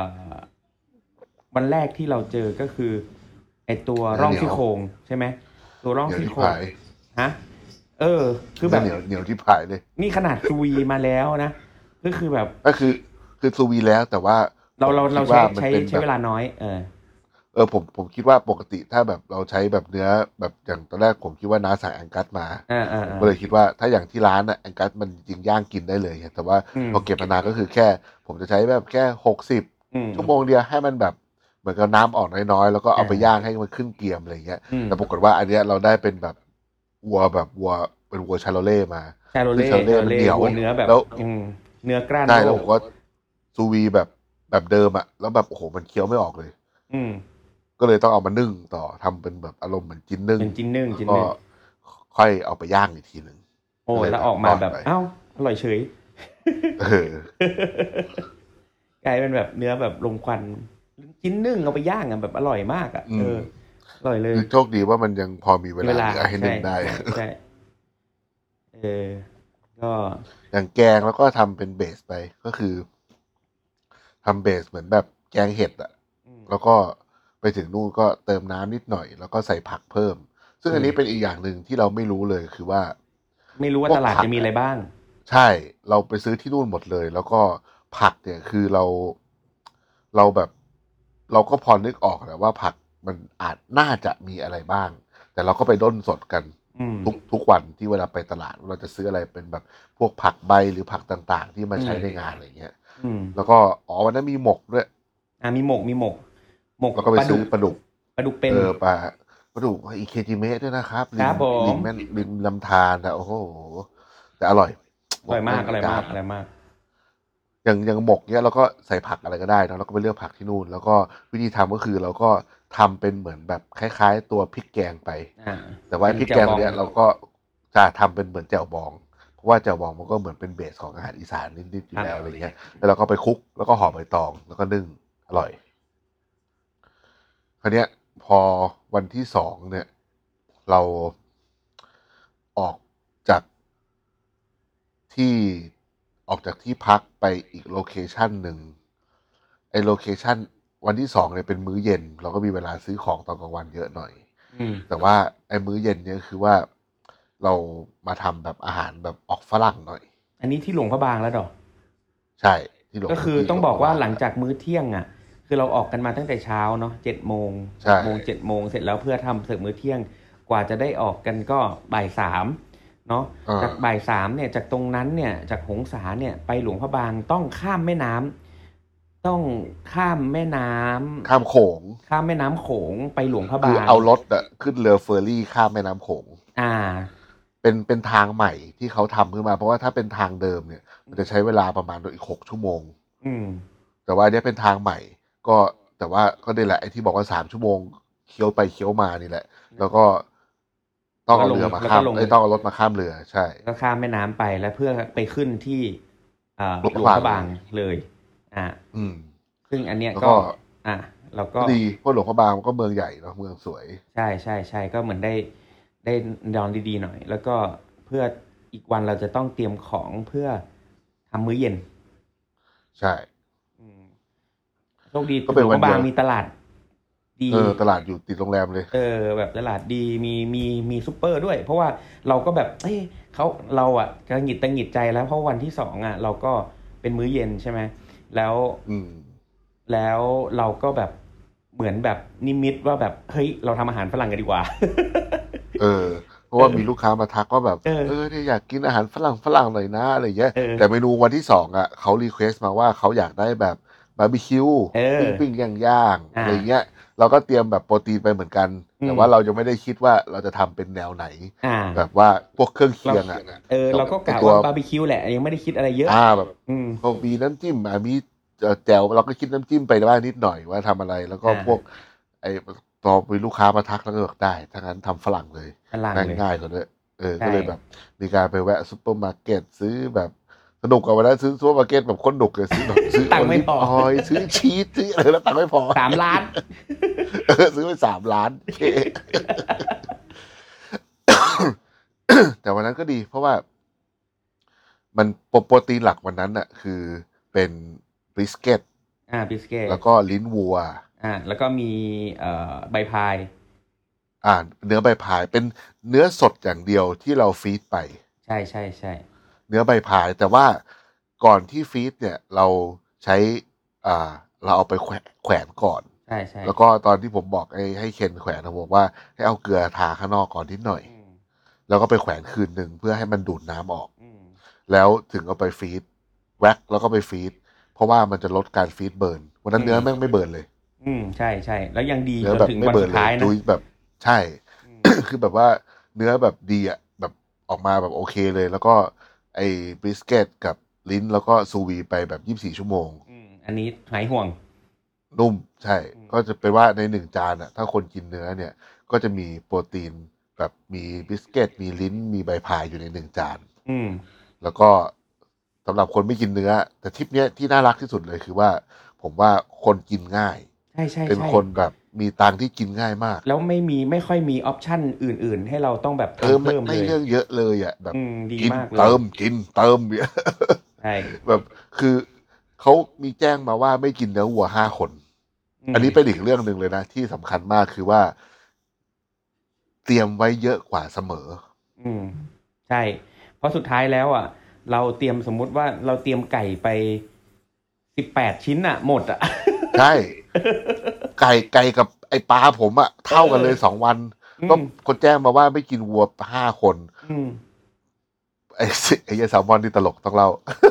วันแรกที่เราเจอก็คือไอตัวร่องซี่โครงใช่ไหมตัวร่องซี่โครงฮะคือแบบเหนียวที่ผายเลยนี่ขนาดซูวีมาแล้วนะก็คือแบบก็คือซูวีแล้วแต่ว่าเราใช้เวลาน้อยผมคิดว่าปกติถ้าแบบเราใช้แบบเนื้อแบบอย่างตอนแรกผมคิดว่าน้าสั่งแองกัสมาก็เลยคิดว่าถ้าอย่างที่ร้านแองกัสมันจริงย่างกินได้เลยแต่ว่าพอเก็บมานานก็คือแค่ผมจะใช้แบบแค่60 ชั่วโมงเดียวให้มันแบบเหมือนกับน้ำออกน้อยๆแล้วก็เอาไปย่างให้มันขึ้นเกรียมอะไรเงี้ยแต่ปรากฏว่าอันเนี้ยเราได้เป็นแบบวัวเป็นวัวชาโลเล่มาชาโลเล่มันเหนียวเนื้อแบบแล้วเนื้อกล้านได้แล้วผมก็ซูวีแบบเดิมแล้วแบบโอ้โหมันเคี้ยวไม่ออกเลยก็เลยต้องเอามานึ่งต่อทำเป็นแบบอารมณ์เหมือนจิ้นนึ่งก็ค่อยเอาไปย่างอีกทีหนึ่งโอ้แล้วออกมาแบบเอ้าอร่อยเฉยกลายเป็นแบบเนื้อแบบลมควันชิ้นนึ่งเอาไปย่างอ่ะแบบอร่อยมากอ่ะอร่อยเลยโชคดีว่ามันยังพอมีเวลาให้นึ่งได้ใช่ก็อย่างแกงแล้วก็ทำเป็นเบสไปก็คือทำเบสเหมือนแบบแกงเห็ดอ่ะแล้วก็ไปถึงนู่นก็เติมน้ำนิดหน่อยแล้วก็ใส่ผักเพิ่มซึ่งอันนี้เป็นอีกอย่างหนึ่งที่เราไม่รู้เลยคือว่าไม่รู้ว่าตลาดจะมีอะไรบ้างใช่เราไปซื้อที่นู่นหมดเลยแล้วก็ผักเนี่ยคือเราแบบเราก็พอนึกออกแหละว่าผักมันน่าจะมีอะไรบ้างแต่เราก็ไปด้นสดกันทุกวันที่เวลาไปตลาดเราจะซื้ออะไรเป็นแบบพวกผักใบหรือผักต่างๆที่มาใช้ในงานอะไรเงี้ยแล้วก็วันนั้นมีหมกด้วยมีหมกแล้วก็ไปซื้อปลาดุกเป็นปลาดุกอีเคจิเมะด้วยนะครับริมลำธารนะโอ้โหแต่อร่อยมากอย่างหมกเนี้ยเราก็ใส่ผักอะไรก็ได้นะแล้วก็ไปเลือกผักที่นู่นแล้วก็วิธีทำก็คือเราก็ทำเป็นเหมือนแบบคล้ายๆตัวพริกแกงไปแต่ว่าพริกแกงเนี้ยเราก็จะทำเป็นเหมือนแจ่วบองเพราะว่าแจ่วบองมันก็เหมือนเป็นเบสของอาหารอีสานนิดๆอยู่แล้วอะไรเงี้ยแล้วเราก็ไปคลุกแล้วก็ห่อใบตองแล้วก็นึ่งอร่อยคราวเนี้ยพอวันที่2เนี่ยเราออกจากที่พักไปอีกโลเคชั่นหนึ่งไอโลเคชั่นวันที่2เนี่ยเป็นมื้อเย็นเราก็มีเวลาซื้อของตอนกลางวันเยอะหน่อยแต่ว่าไอมื้อเย็นเนี่ยคือว่าเรามาทำแบบอาหารแบบออกฝรั่งหน่อยอันนี้ที่หลวงพระบางแล้วดอกใช่ที่หลวงก็คือต้องบอกว่าหลังจากมื้อเที่ยงอ่ะคือเราออกกันมาตั้งแต่เช้าเนาะ7 โมง7 โมงเสร็จแล้วเพื่อทำเสิร์ฟมื้อเที่ยงกว่าจะได้ออกกันก็บ่าย 3เนาะจากบ่าย 3เนี่ยจากตรงนั้นเนี่ยจากหงสาเนี่ยไปหลวงพระบางต้องข้ามแม่น้ำต้องข้ามแม่น้ำข้ามโขงข้ามแม่น้ำโขงไปหลวงพระบางคือเอารถอะขึ้นเรือเฟอร์รี่ข้ามแม่น้ำโขงเป็นทางใหม่ที่เขาทำขึ้นมาเพราะว่าถ้าเป็นทางเดิมเนี่ยมันจะใช้เวลาประมาณอีก6 ชั่วโมงแต่ว่าอันนี้เป็นทางใหม่ก็แต่ว่าก็ได้แหละไอ้ที่บอกว่า3 ชั่วโมงเคี้ยวไปเคี้ยวมานี่แหละแล้วก็ต้องเอาเรือมาข้ามต้องเอารถมาข้ามเรือใช่ก็ข้ามแม่น้ำไปแล้วเพื่อไปขึ้นที่หลวงพระบางเลยซึ่งอันเนี้ยก็เราก็ดีเพราะหลวงพระบางก็เมืองใหญ่เนาะเมืองสวยใช่ก็เหมือนได้นอนดีๆหน่อยแล้วก็เพื่ออีกวันเราจะต้องเตรียมของเพื่อทำมื้อเย็นใช่โชคดีหลวงพระบางมีตลาดดีตลาดอยู่ติดโรงแรมเลยแบบตลาดดีมีซุปเปอร์ด้วยเพราะว่าเราก็แบบเราอ่ะกระหงิดใจแล้วเพราะวันที่2อ่ะเราก็เป็นมื้อเย็นใช่ไหมแล้วเราก็แบบเหมือนแบบนิมิตว่าแบบเฮ้ยเราทำอาหารฝรั่งกันดีกว่าเพราะว่ามีลูกค้ามาทักว่าแบบเนี่ยอยากกินอาหารฝรั่งหน่อยนะอะไรเงี้ยแต่เมนูวันที่2อ่ะเขารีเควสต์มาว่าเขาอยากได้แบบบาร์บีคิวปิ้งย่างอะไรเงี้ยเราก็เตรียมแบบโปรตีนไปเหมือนกันแต่ว่าเรายังไม่ได้คิดว่าเราจะทำเป็นแนวไหนแบบว่าพวกเครื่องเคียงอ่ะเราก็กะว่าบาร์บีคิวแหละยังไม่ได้คิดอะไรเยอะแบบเขามีน้ำจิ้มมีแจ่วเราก็คิดน้ำจิ้มไปบ้างนิดหน่อยว่าทำอะไรแล้วก็พวกพอมีลูกค้ามาทักแล้วก็ได้ถ้างั้นทำฝรั่งเลยง่ายกว่าด้วยก็เลยแบบมีการไปแวะซุปเปอร์มาร์เก็ตซื้อแบบสนุกกว่าวันนั้นซื้อซุปเปอร์มาร์เก็ตแบบคนหนุกเลยซื้อตังค์ไม่พอซื้อชีสซื้ออะไรแล้วตังค์ไม่พอ 3 ล้านซื้อไป3 ล้านแต่วันนั้นก็ดีเพราะว่ามันโปรตีนหลักวันนั้นน่ะคือเป็นบริสเกตแล้วก็ลิ้นวัวแล้วก็มีใบพายเนื้อใบพายเป็นเนื้อสดอย่างเดียวที่เราฟีดไปใช่เนื้อใบพายแต่ว่าก่อนที่ฟีดเนี่ยเราใช้เราเอาไปแขวนก่อนใช่แล้วก็ตอนที่ผมบอกให้เคนแขวนผมบอกว่าให้เอาเกลือทาข้างนอกก่อนนิดหน่อยแล้วก็ไปแขวนคืนหนึ่งเพื่อให้มันดูดน้ำออกแล้วถึงเอาไปฟีดแว็กแล้วก็ไปฟีดเพราะว่ามันจะลดการฟีดเบิร์นวันนั้นเนื้อแม่งไม่เบิร์นเลยใช่แล้วยังดีจนถึงวันสุดท้ายนะแบบใช่ คือแบบว่าเนื้อแบบดีอ่ะแบบออกมาแบบโอเคเลยแล้วก็ไอ้บริสเกตกับลิ้นแล้วก็ซูวีไปแบบ24 ชั่วโมงอันนี้หายห่วงนุ่มใช่ก็จะเป็นว่าใน1 จานอ่ะถ้าคนกินเนื้อเนี่ยก็จะมีโปรตีนแบบมีบิสกิตมีลิ้นมีใบพายอยู่ใน1 จานแล้วก็สำหรับคนไม่กินเนื้อแต่ทริปเนี้ยที่น่ารักที่สุดเลยคือว่าผมว่าคนกินง่ายใช่เป็นคนแบบมีตังที่กินง่ายมากแล้วไม่ค่อยมีออปชั่นอื่นๆให้เราต้องแบบเพิ่มไม่เรื่องเยอะเลยอ่ะแบบกินเติมกินเติมเนี่ยใช่แบบคือเขามีแจ้งมาว่าไม่กินเนื้อวัว5 คนอันนี้เป็นอีกเรื่องหนึ่งเลยนะที่สำคัญมากคือว่าเตรียมไว้เยอะกว่าเสมอใช่เพราะสุดท้ายแล้วอ่ะเราเตรียมสมมุติว่าเราเตรียมไก่ไป18 ชิ้นอ่ะหมดอ่ะใช่ไก่กับไอปลาผมอ่ะเท่ากันเลย2 วันก็คนแจ้งมาว่าไม่กินวัว5 คนไอ้แซลมอนที่ตลกต้องเล่า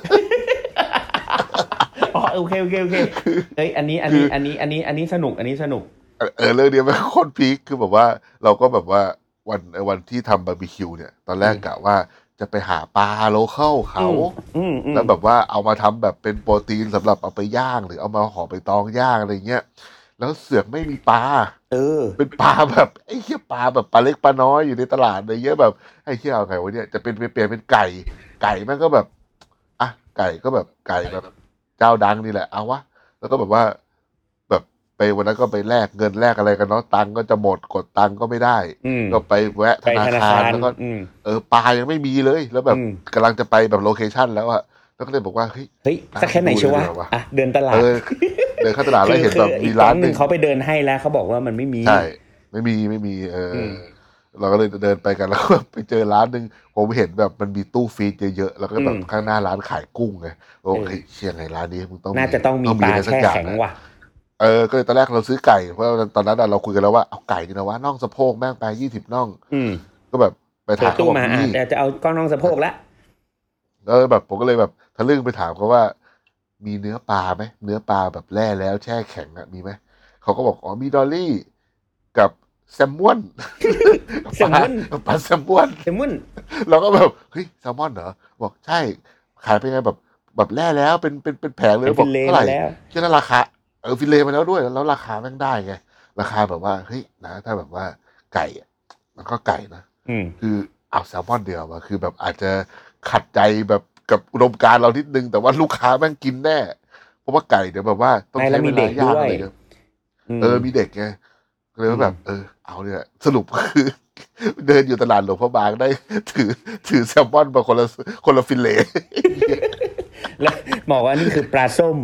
อ๋อโอเคเอ้ยอันนี้สนุกอันนี้สนุกเรื่องนี้มันโคตรพีคคือแบบว่าเราก็แบบว่าวันที่ทำบาร์บีคิวเนี่ยตอนแรกกะว่าจะไปหาปลาโลคอลเขาแล้วแบบว่าเอามาทำแบบเป็นโปรตีนสำหรับเอาไปย่างหรือเอามาห่อไปตองย่างอะไรเงี้ยแล้วเสือกไม่มีปลาเป็นปลาแบบไอ้เหี้ยปลาแบบปลาเล็กปลาน้อยอยู่ในตลาดอะไรเงี้ยแบบไอ้เหี้ยเอาไงวะเนี่ยจะเป็นเปลี่ยนเป็นไก่แม่งก็แบบอ่ะไก่แบบเจ้าดังนี่แหละเอาวะแล้วก็แบบว่าแบบไปวันนั้นก็ไปแลกเงินแลกอะไรกันเนาะตังก็จะหมดกดตังก็ไม่ได้ก็ไปแวะธนาคารแล้วก็ปลายังไม่มีเลยแล้วแบบกำลังจะไปแบบโลเคชั่นแล้วอะแล้วก็เลยบอกว่าเฮ้ยสักแค่ไหนชัวร์อ่ะเดินตลาดเดินเข้าตลาดแล้วเห็นแบบมีร้านนึงเขาไปเดินให้แล้วเขาบอกว่ามันไม่มีใช่ไม่มีเราก็เลยเดินไปกันแล้วก็ไปเจอร้านนึงผมเห็นแบบมันมีตู้ฟีดเยอะๆแล้วก็แบบข้างหน้าร้านขายกุ้งไงโอ้ยเชี่ยไงร้านนี้มึงต้องน่าจะต้องมีปลาแช่แข็งว่ะก็เลยตอนแรกเราซื้อไก่เพราะตอนนั้นเราคุยกันแล้วว่าเอาไก่ดีนะว่าน่องสะโพกแม่งไป20 น่องก็แบบไปถามตู้มาจะเอาก้อนน่องสะโพกละแบบผมก็เลยแบบทะลึ่งไปถามเขาว่ามีเนื้อปลาไหมเนื้อปลาแบบแล่แล้วแช่แข็งมีไหมเขาก็บอกอ๋อมีดอลลี่กับแซลมอนปลาแซลมอนเราก็แบบเฮ้ยแซลมอนเหรอบอกใช่ขายเป็นไงแบบแล่แล้วเป็นแผงเลยบอกเท่าไหร่คิดว่าราคาฟิเลมาแล้วด้วยแล้วราคาแม่งได้ไงราคาแบบว่าเฮ้ยนะถ้าแบบว่าไก่มันก็ไก่นะคือเอาแซลมอนเดียวมาคือแบบอาจจะขัดใจแบบกับอุดมการณ์เรานิดนึงแต่ว่าลูกค้าแม่งกินแน่เพราะว่าไก่เดี๋ยวแบบว่าต้องใช้เวลาย่างอะไรเงี้ยมีเด็กไงเลยว่าแบบเอาเนี่ยสรุปคือเดินอยู่ตลาดหลวงพระบางได้ถือแซลมอนมาคนละฟิเลแล้วบอกว่านี่คือปลาส้ม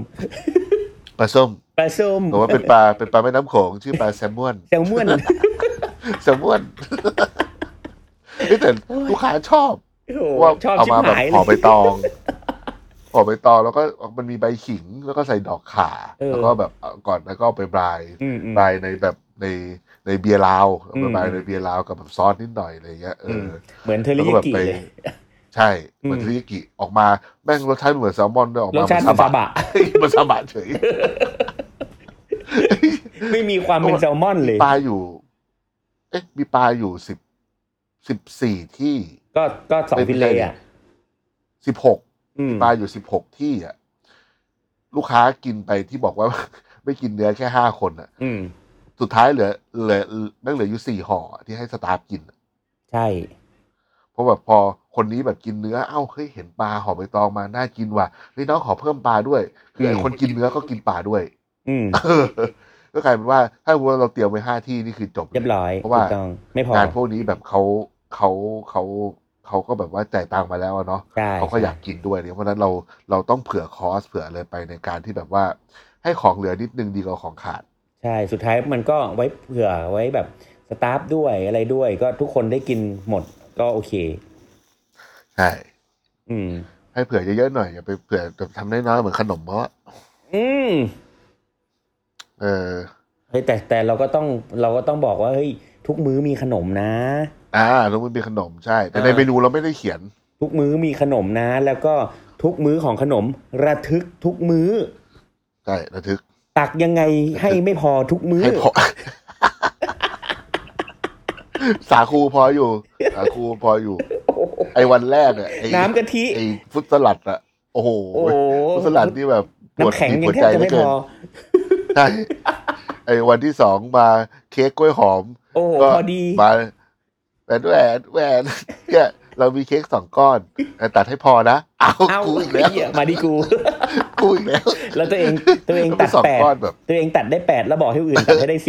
บอกว่าเป็นปลาแม่น้ำโขงชื่อปลาแซลมอนแต่ลูกค้าชอบว่าเอามาแบบห่อใบตองแล้วก็มันมีใบขิงแล้วก็ใส่ดอกข่าแล้วก็แบบก่อนแล้วก็ไปบรายในแบบในเบียร์ลาวไปบรายในเบียร์ลาวกับแบบซอสนิดหน่อยอะไรเงี้ยเหมือนเทริยากิเลยใช่เหมือนเทริยากิออกมาแม่งรสชาติเหมือนแซลมอนด้วยออกมามันซาบะเฉยไม่มีความเป็นแซลมอนเลยปลาอยู่มีปลาอยู่14 ที่ก็2ฟิเลต์อ่ะ 16ปลาอยู่16 ที่อ่ะลูกค้ากินไปที่บอกว่าไม่กินเนื้อแค่5 คนอ่ะสุดท้ายเหลืออยู่4 ห่อที่ให้สตาฟกินใช่เพราะแบบพอคนนี้แบบกินเนื้อเฮ้ยเห็นปลาห่อใบตองมาน่ากินว่ะเฮ้ยน้องขอเพิ่มปลาด้วยคือคนกินเนื้อก็กินปลาด้วยก็กลายเป็นว่าถ้าเราเตรียมไว้5 ที่นี่คือจบเรียบร้อยเพราะว่างานพวกนี้แบบเขาก็แบบว่าจ่ายตังค์มาแล้วเนาะเขาก็อยากกินด้วยเพราะนั้นเราต้องเผื่อคอสเผื่ออะไรไปในการที่แบบว่าให้ของเหลือนิดนึงดีกว่าของขาดใช่สุดท้ายมันก็ไว้เผื่อไว้แบบสตาฟด้วยอะไรด้วยก็ทุกคนได้กินหมดก็โอเคใช่ให้เผื่อเยอะๆหน่อยอย่าไปเผื่อทำน้อยๆเหมือนขนมเพราะเฮ้ยแต่เราก็ต้องบอกว่าเฮ้ยทุกมื้อมีขนมนะทุกมื้อมีขนมใช่แต่ในเมนูเราไม่ได้เขียนทุกมื้อมีขนมนะแล้วก็ทุกมื้อของขนมระทึกทุกมื้อใช่ระทึกตักยังไงให้ไม่พอทุกมื้อให้พอสาคูพออยู่ไอ้วันแรกอ่ะน้ำกะทิไอ้ฟรุตสลัดอ่ะโอ้โหฟรุตสลัดที่แบบน้ำแข็งยังแทบจะไม่พอใช่ไอ้วันที่2มาเค้กกล้วยหอมก็พอดีมาแหวนเนี่ยเรามีเค้ก2 ก้อนตัดให้พอนะกูอีกแล้วมาดิกูอีกแล้วแล้วตัวเองตัด8แบบตัวเองตัดได้8แล้วบอกให้อื่นตัดให้ได้10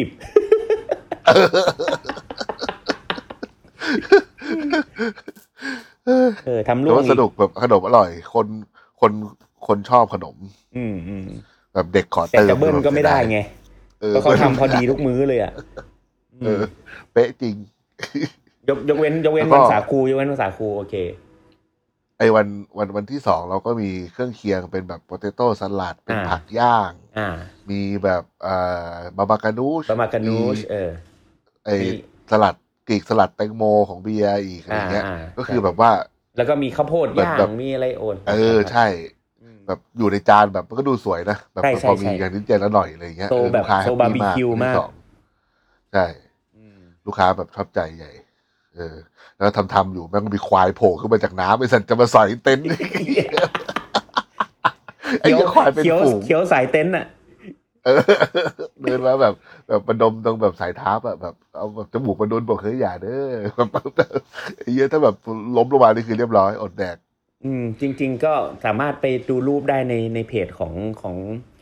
ทำลูกสนุกแบบขนมอร่อยคนชอบขนมแบบเด็กขอเติมแต่เบิ้ลก็ไม่ได้ไงเพราะเขาทำพอดีทุกมื้อเลยอ่ะเป๊ะจริงยกเว้นวันสาคูโอเคไอ้วันที่2เราก็มีเครื่องเคียงเป็นแบบโปเตโต้สลัดเป็นผักย่างมีแบบบาบากานูชไอ้สลัดกรีกสลัดแตงโมของเบียร์อีกอะไรเงี้ยก็คือแบบว่าแล้วก็มีข้าวโพดย่างมีอะไรโอนใช่แบบอยู่ในจานแบบมันก็ดูสวยนะแบบพอมีอย่างนิดเดียวแล้วหน่อยอะไรเงี้ยลูกค้าแฮปปี้มากใช่ลูกค้าแบบชอบใจใหญ่แล้วทำอยู่แม่งมีควายโผล่ขึ้นมาจากน้ำไอ้สันจะมาใส่เต็นท์ไอ้ควายเป็นฝูงเขียวสายเต็นท์อ่ะเดินมาแบบประดมตรงแบบสายทับอ่ะแบบเอาแบบจมูกมาโดนบอกเฮ้ยอย่าเด้อไอ้เหี้ยถ้าแบบล้มลงมานี่คือเรียบร้อยอดแดกจริงๆก็สามารถไปดูรูปได้ในเพจของ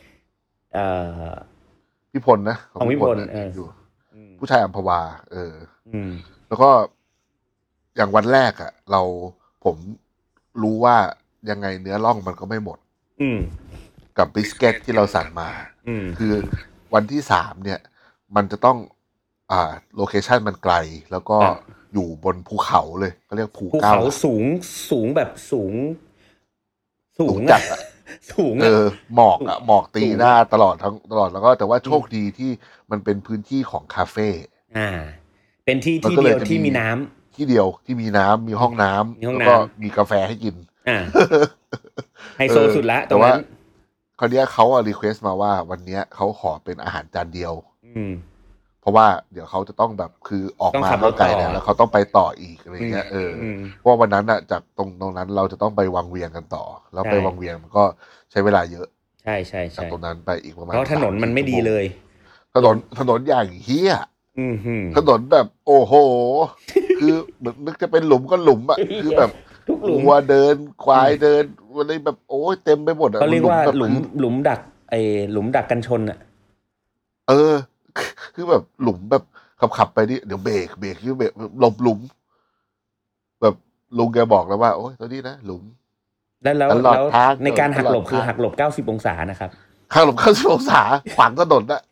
พี่พลนะของพี่พลผู้ชายอัมพวาแล้วก็อย่างวันแรกอ่ะผมรู้ว่ายังไงเนื้อล่องมันก็ไม่หมดกับบิสเกตที่เราสั่งมาคือวันที่3เนี่ยมันจะต้องโลเคชั่นมันไกลแล้วก็อยู่บนภูเขาเลยเขาเรียกภูเขาสูงแบบสูงจัดสูงหมอกตีหน้าตลอดแล้วก็แต่ว่าโชคดีที่มันเป็นพื้นที่ของคาเฟ่เป็นที่เดียวที่มีน้ำที่เดียวที่มีน้ำมีห้องน้ำแล้วก็มีกาแฟให้กินไฮโซสุดละแต่ว่าคราวนี้เขารีเควสต์มาว่าวันนี้เขาขอเป็นอาหารจานเดียวเพราะว่าเดี๋ยวเขาจะต้องแบบคือออกมาไกลแล้วเขาต้องไปต่ออีกอะไรเงี้ยเพราะวันนั้นอ่ะจากตรงนั้นเราจะต้องไปวังเวียงกันต่อแล้วไปวังเวียงมันก็ใช้เวลาเยอะใช่จากตรงนั้นไปอีกประมาณเพราะถนนมันไม่ดีเลยถนนอย่างเหี้ยถนนแบบโอ้โหคือเหมือนนึกจะเป็นหลุมก็หลุมอ่ะคือแบบวัวเดินควายเดินอะไรแบบโอ้ยเต็มไปหมดอ่ะเขาเรียกว่าหลุมดักหลุมดักกันชนอ่ะคือแบบหลุมแบบขับไปนี่เดี๋ยวเบรกคือเบรกหลบหลุมแบบลุงแกบอกแล้วว่าโอ้ยตอนนี้นะหลุมแล้วในการหักหลบคือหักหลบ90องศานะครับหักหลบ90องศาขวางถนนนะ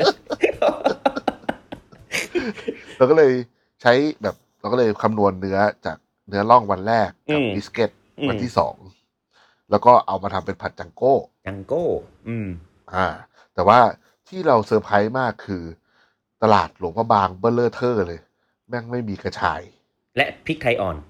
เราก็เลยใช้แบบเราก็เลยคำนวณเนื้อจากเนื้อล่องวันแรกกับบิสเกตวันที่2แล้วก็เอามาทำเป็นผัดจังโก้แต่ว่าที่เราเซอร์ไพรส์มากคือตลาดหลวงพระบางเบลเลอร์เทอร์เลยแม่งไม่มีกระชายและพริกไทยอ่อน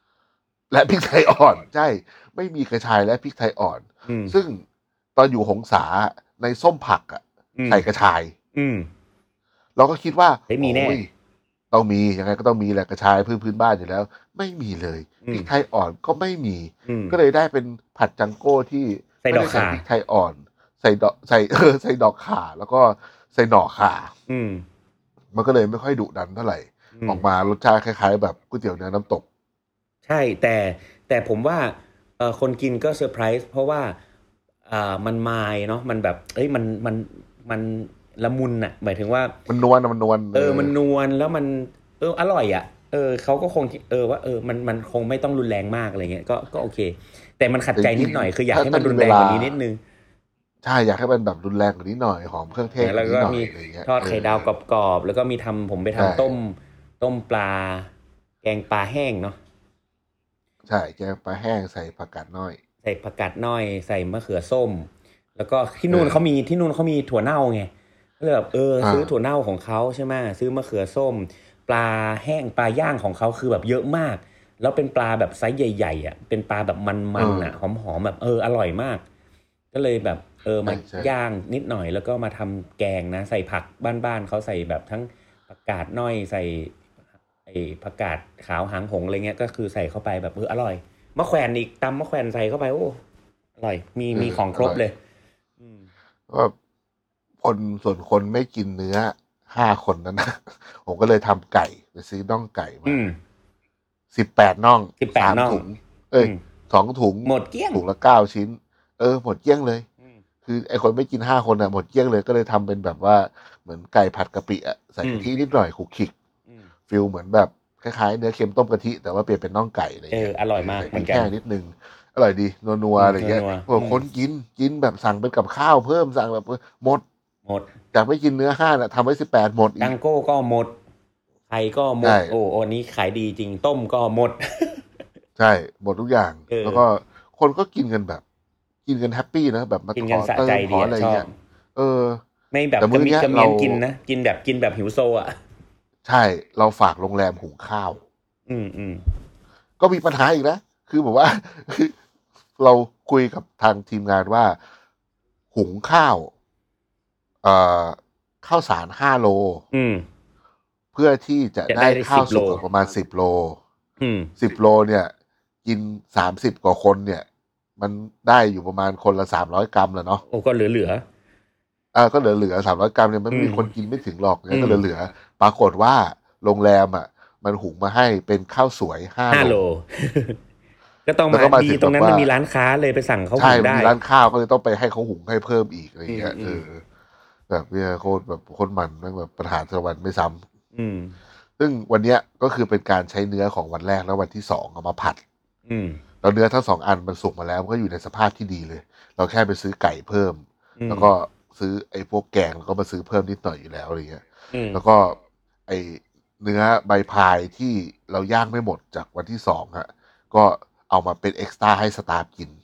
ใช่ไม่มีกระชายและพริกไทยอ่อนซึ่งตอนอยู่หงสาในส้มผักอ่ะใส่กระชายเราก็คิดว่ามีแน่ต้องมียังไงก็ต้องมีแหละกระชายพื้นบ้านอยู่แล้วไม่มีเลยพริกไทยอ่อนก็ไม่มีก็เลยได้เป็นผัดจังโก้ที่ใส่ดอกข่าพริกไทยอ่อนใส่ดอกข่าแล้วก็ใส่หน่อข่ามันก็เลยไม่ค่อยดุดันเท่าไหร่ออกมารสชาติคล้ายๆแบบก๋วยเตี๋ยวเนื้อน้ำตกใช่แต่ผมว่าคนกินก็เซอร์ไพรส์เพราะว่ามันมายเนาะมันแบบมันละมุนน่ะหมายถึงว่ามันนวลมันนวลแล้วมันอร่อยอ่ะเขาก็คงว่ามันคงไม่ต้องรุนแรงมากอะไรเงี้ยก็โอเคแต่มันขัดใจนิดหน่อยคืออยากให้มันรุนแรงกว่านี้นิดนึงใช่อยากให้มันแบบรุนแรงกว่านี้หน่อยหอมเครื่องเทศแล้วก็มีทอดไข่ดาวกรอบๆแล้วก็มีผมไปทำต้มปลาแกงปลาแห้งเนาะใช่แกงปลาแห้งใส่ผักกาดน้อยใส่มะเขือส้มแล้วก็ที่นู่นเขามีถั่วเน่าไงก็เลยแบบซื้อถั่วเน่าของเขาใช่ไหมซื้อมะเขือส้มปลาแห้งปลาย่างของเขาคือแบบเยอะมากแล้วเป็นปลาแบบไซส์ใหญ่ๆอ่ะเป็นปลาแบบมันๆอ่ะหอมๆแบบอร่อยมากก็เลยแบบมาย่างนิดหน่อยแล้วก็มาทำแกงนะใส่ผักบ้านๆเขาใส่แบบทั้งผักกาดน้อยใส่ผักกาดขาวหางหงอะไรเงี้ยก็คือใส่เข้าไปแบบอร่อยมะแขวนอีกตำมะแขวนใส่เข้าไปโอ้อร่อยมีของครบเลยก็ส่วนคนไม่กินเนื้อ 5 คนนั้นนะผมก็เลยทำไก่ไปซื้อน่องไก่มา18 น่อง3 ถุง2 ถุงหมดเกลี้ยงถุงละ9 ชิ้นหมดเกลี้ยงเลยคือไอคนไม่กิน5 คนอ่ะหมดเกลี้ยงเลยก็เลยทำเป็นแบบว่าเหมือนไก่ผัดกะปิอ่ะใส่กะทินิดหน่อยขลุกขลิกฟิลเหมือนแบบคล้ายๆเนื้อเค็มต้มกะทิแต่ว่าเปลี่ยนเป็นน่องไก่อะไรอย่างเงี้ยอร่อยมากเหมือนกันแค่นิดนึงอร่อยดีนัวๆอะไรเงี้ยคนกินแบบสั่งเป็นกับข้าวเพิ่มสั่งแบบหมดจากไม่กินเนื้อ5น่ะทำไว้18หมดตังโก้ก็หมดไข่ก็หมดโอ้นี้ขายดีจริงต้มก็หมดใช่หมดทุกอย่างแล้วก็คนก็กินกันแบบกินกันแฮปปี้นะแบบมาขอเติมขออะไรเงี้ยไม่แบบกระมิดกระเมียนกินนะกินแบบหิวโซอ่ะใช่เราฝากโรงแรมหุงข้าวก็มีปัญหาอีกนะคือแบบว่าเราคุยกับทางทีมงานว่าหุงข้าวข้าวสาร5 โลเพื่อที่จะได้ข้าวสุกประมาณ10 โล10 โลเนี่ยกิน30 กว่าคนเนี่ยมันได้อยู่ประมาณคนละ300 กรัมแล้วเนาะโอ้ก็เหลือก็เหลือ300 กรัมเนี่ยมันไม่มีคนกินไม่ถึงหรอกงั้นก็เหลือปรากฏว่าโรงแรมอ่ะมันหุงมาให้เป็นข้าวสวย5 โลก็ต้องมาดีตรงนั้นมันมีร้านค้าเลยไปสั่งเขาหุงได้ใช่มีร้านข้าวก็เลยต้องไปให้เขาหุงให้เพิ่มอีกอะไรเงี้ยแบบเนี่ยโคตรแบบโคตรมันแบบปัญหาสวรรค์ไม่ซ้ำซึ่งวันเนี้ยก็คือเป็นการใช้เนื้อของวันแรกแล้ววันที่2เอามาผัดแล้วเนื้อทั้ง2 อันมันสุกมาแล้วมันก็อยู่ในสภาพที่ดีเลยเราแค่ไปซื้อไก่เพิ่มแล้วก็ซื้อไอ้พวกแกงแล้วก็มาซื้อเพิ่มนิดหน่อยอยู่แล้วอะไรเงี้ยแล้วก็ไอ้เนื้อใบพายที่เราย่างไม่หมดจากวันที่2อะก็เอามาเป็นเอ็กซ์ตร้าให้สตาฟกิน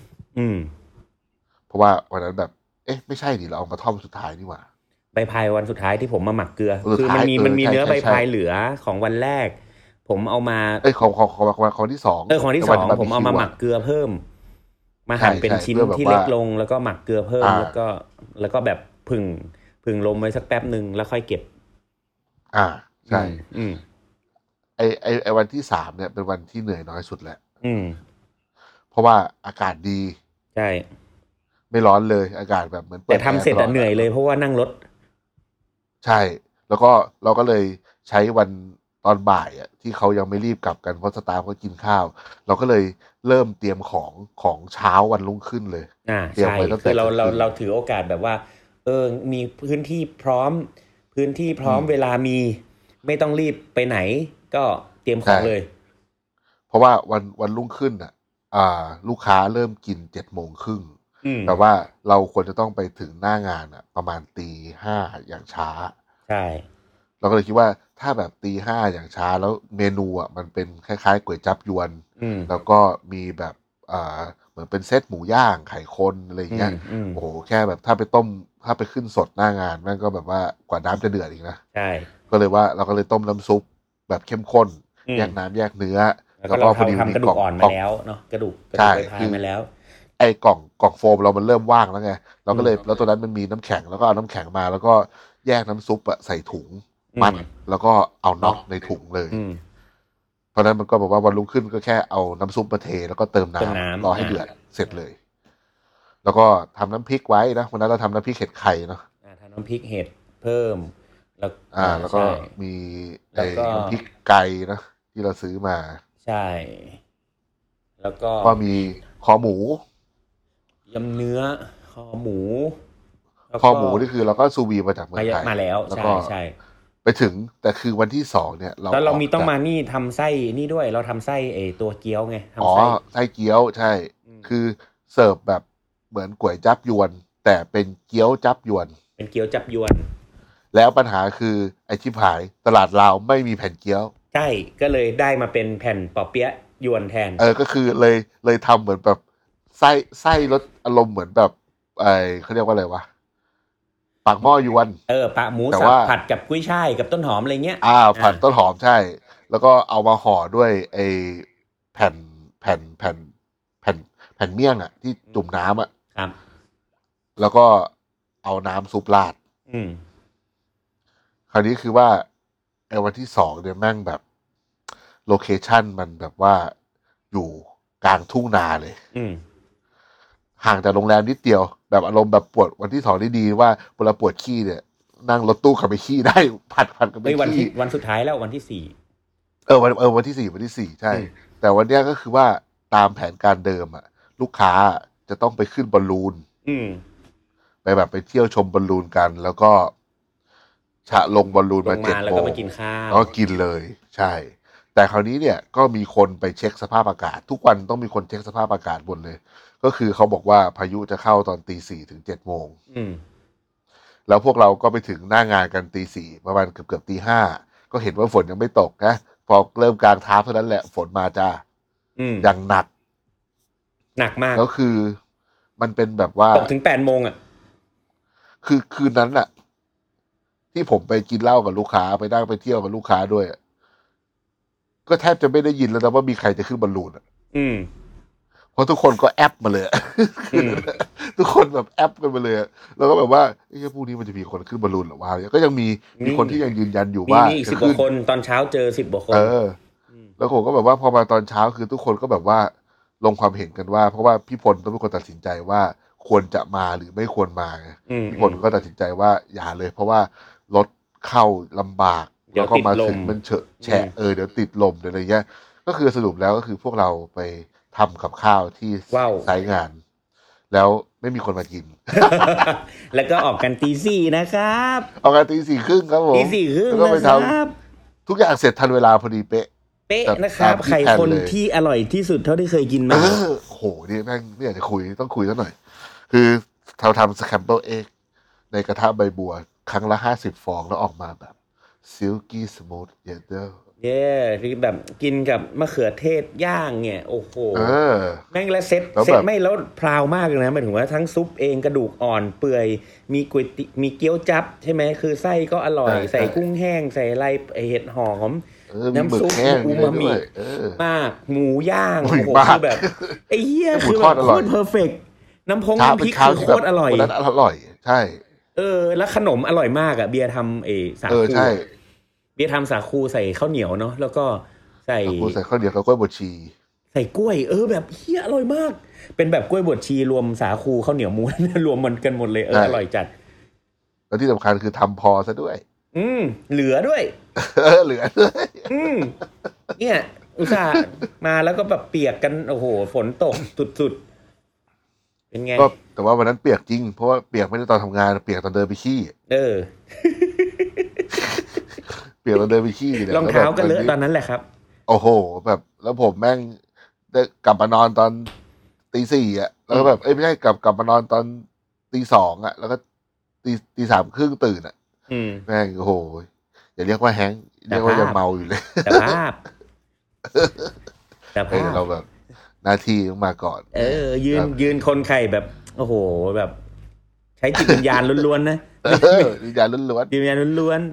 เพราะว่าวันนั้นแบบไม่ใช่ดิเราเอามาทอดสุดท้ายนี่หว่าใบพายวันสุดท้ายที่ผมมาหมักเกลือคือมันมีเนื้อใบพายเหลือของวันแรกผมเอามาของที่2 ของที่2ผมเอามาหมักเกลือเพิ่มมาหั่นเป็นชิ้นที่เล็กลงแล้วก็หมักเกลือเพิ่มแล้วก็แบบผึ่งลมไว้สักแป๊บนึงแล้วค่อยเก็บใช่ไอวันที่3เนี่ยเป็นวันที่เหนื่อยน้อยสุดแหละเพราะว่าอากาศดีใช่ไม่ร้อนเลยอากาศแบบเหมือนแต่ทำเสร็จเหนื่อยเลยเพราะว่านั่งรถใช่แล้วก็เราก็เลยใช้วันตอนบ่ายอ่ะที่เขายังไม่รีบกลับกันเพราะสตาฟเขากินข้าวเราก็เลยเริ่มเตรียมของเช้าวันรุ่งขึ้นเลยเตรียมไว้ตั้งแต่เราถือโอกาสแบบว่ามีพื้นที่พร้อมเวลามีไม่ต้องรีบไปไหนก็เตรียมของเลยเพราะว่าวันรุ่งขึ้นอ่ะลูกค้าเริ่มกิน7:30แต่ว่าเราควรจะต้องไปถึงหน้างานอ่ะประมาณ5:00อย่างช้าใช่เราก็เลยคิดว่าถ้าแบบ5:00อย่างช้าแล้วเมนูอ่ะมันเป็นคล้ายๆก๋วยจั๊บยวนแล้วก็มีแบบเหมือนเป็นเซตหมูย่างไข่คนอะไรเงี้ยโอ้โหแค่แบบถ้าไปขึ้นสดหน้างานมันก็แบบว่ากว่าน้ำจะเดือดอีกนะใช่ก็เลยว่าเราก็เลยต้มน้ำซุปแบบเข้มข้นแยกน้ำแยกเนื้อแล้วก็พอดีทำกระดูกอ่อนมาแล้วเนาะกระดูกใช่มาแล้วไอ้กล่องโฟมเรามันเริ่มว่างแล้วไงเราก็เลยแล้วตัวนั้นมันมีน้ำแข็งแล้วก็เอาน้ำแข็งมาแล้วก็แยกน้ำซุปอะใส่ถุงมัดแล้วก็เอาน็อกในถุงเลยเพราะนั้นมันก็บอกว่าวันรุ่งขึ้นก็แค่เอาน้ำซุปมาเทแล้วก็เติมน้ำรอให้เดือดเสร็จเลยแล้วก็ทำน้ำพริกไว้นะวันนั้นเราทำน้ำพริกเห็ดไข่เนาะทำน้ำพริกเห็ดเพิ่มแล้วก็มีไอ้น้ำพริกไก่นะที่เราซื้อมาใช่แล้วก็มีคอหมูยำเนื้อคอหมูนี่คือเราก็ซูวีมาจากเมืองไทยมาแล้วใช่ไปถึงแต่คือวันที่2เนี่ยเรามีต้องมานี่ทำไส้นี่ด้วยเราทำไส้ตัวเกี๊ยวไงทำไส้เกี๊ยวใช่คือเสิร์ฟแบบเหมือนก๋วยจั๊บยวนแต่เป็นเกี๊ยวจั๊บยวนเป็นเกี๊ยวจั๊บยวนแล้วปัญหาคือไอ้ชิบหายตลาดลาวไม่มีแผ่นเกี๊ยวใช่ก็เลยได้มาเป็นแผ่นปอเปี๊ยะยวนแทนก็คือเลยทำเหมือนแบบไส้รสอารมณ์เหมือนแบบเขาเรียกว่าอะไรวะปากหม้อยวนปากหมูสับผัดกับกุ้ยช่ายกับต้นหอมอะไรเงี้ยผัดต้นหอมใช่แล้วก็เอามาห่อด้วยไอ้แผ่นเมี่ยงอ่ะที่จุ่มน้ำอ่ะครับแล้วก็เอาน้ำซุปราดคราวนี้คือว่าไอ้วันที่2เนี่ยแม่งแบบโลเคชั่นมันแบบว่าอยู่กลางทุ่งนาเลยห่างจากโรงแรมนิดเดียวแบบอารมณ์แบบปวดวันที่2นี่ดีว่าเวลาปวดขี้เนี่ยนั่งรถตู้ขับไปขี้ได้ผัดกันไปขี้วันสุดท้ายแล้ววันที่สี่วันที่สี่ใช่แต่วันเนี้ยก็คือว่าตามแผนการเดิมอ่ะลูกค้าจะต้องไปขึ้นบอลลูนไปแบบไปเที่ยวชมบอลลูนกันแล้วก็ฉะลงบอลลูนมา7 โมงแล้วก็มากินข้าวก็กินเลยใช่แต่คราวนี้เนี่ยก็มีคนไปเช็คสภาพอากาศทุกวันต้องมีคนเช็คสภาพอากาศหมดเลยก็คือเขาบอกว่าพายุจะเข้าตอน4:00 ถึง 7 โมงแล้วพวกเราก็ไปถึงหน้างานกัน4:00ประมาณเกือบ5:00ก็เห็นว่าฝนยังไม่ตกนะพอเริ่มกลางทางเท่านั้นแหละฝนมาจ้าอย่างหนักมากแล้วคือมันเป็นแบบว่าตกถึง8 โมงอ่ะคือคืนนั้นอ่ะที่ผมไปกินเหล้ากับลูกค้าไปนั่งไปเที่ยวกับลูกค้าด้วยก็แทบจะไม่ได้ยินแล้วนะว่ามีใครจะขึ้นบอลลูนอ่ะเพราะทุกคนก็แอปมาเลยทุกคนแบบแอปกันมาเลยแล้วก็แบบว่าไอ้พวกนี้มันจะมีคนขึ้นบอลลูนหรอวะก็ยังมีคนที่ยังยืนยันอยู่ว่ามี10 กว่าคนตอนเช้าเจอ10 กว่าคนแล้วผมก็แบบว่าพอมาตอนเช้าคือทุกคนก็แบบว่าลงความเห็นกันว่าเพราะว่าพี่พลต้องเป็นคนตัดสินใจว่าควรจะมาหรือไม่ควรมาพี่พลก็ตัดสินใจว่าอย่าเลยเพราะว่ารถเข้าลำบากแล้วก็มาถึงมันเฉอะแฉะเดี๋ยวติดลมอะไรเงี้ยก็คือสรุปแล้วก็คือพวกเราไปทำกับข้าวที่ไซต์งานแล้วไม่มีคนมากินแล้วก็ออกกัน4:00นะครับออกกัน4:30ครับผม 4:30แล้วก็ไปทำทุกอย่างเสร็จทันเวลาพอดีเป๊ะนะครับไข่คนที่อร่อยที่สุดเท่าที่เคยกินมาโหนี่แม่งไม่อยากจะคุยต้องคุยสักหน่อยคือเราทำสแครมเบิลเอ็กในกระทะใบบัวครั้งละ50 ฟองแล้วออกมาแบบซิลกี้สมูทเยเดอร์ที่แบบกินกับมะเขือเทศย่างเนี่ยโอ้โหแม่งแล้วเซ็ตไม่แล้วพราวมากเลยนะหมายถึงว่าทั้งซุปเองกระดูกอ่อนเปื่อยมีมีเกี๊ยวจับใช่ไหมคือไส้ก็อร่อยใส่กุ้งแห้งใส่อะไรเห็ดหอมน้ำซุปอูมามิมากหมูย่างโอ้โหคือแบบไอ้เหี้ยคือแบบโคตรเพอร์เฟกต์น้ำพริกคือโคตรอร่อยนั้นอร่อยใช่แล้วขนมอร่อยมากอ่ะเบียร์ทำสาคูเบียร์ทำสาคูใส่ข้าวเหนียวเนาะแล้วก็ใส่ข้าวเหนียวกับกล้วยบดชีใส่กล้วยแบบเฮียอร่อยมากเป็นแบบกล้วยบดชีรวมสาคูข้าวเหนียวม้วนรวมมันกันหมดเลยอร่อยจัดแล้วที่สำคัญคือทำพอซะด้วยเหลือด้วยเหลือด้วยเนี่ยอุตส่าห์มาแล้วก็แบบเปียกกันโอ้โหฝนตกสุดๆเป็นไงก็แต่ว่าวันนั้นเปียกจริงเพราะว่าเปียกไม่ได้ตอนทำงานเปียกตอนเดินไปขี้เปียกตอนเดินไปขี้รองเท้าก็เลอะตอนนั้นแหละครับโอ้โหแบบแล้วผมแม่งได้กลับมานอนตอน4:00อ่ะแล้วก็แบบไม่ใช่กลับมานอนตอน2:00อ่ะแล้วก็ตี 3:30ตื่นอ่ะแม่งโอ้โหอย่าเรียกว่าแฮงเรียกว่ายังเมาอยู่เลยแต่ภาพเราแบบหน้าที่ต้องมาก่อนยืนคนไข่แบบโอ้โหแบบใช้จิตวิญญาณล้วนๆนะวิญญาณล้วนๆวิญญาณล้วน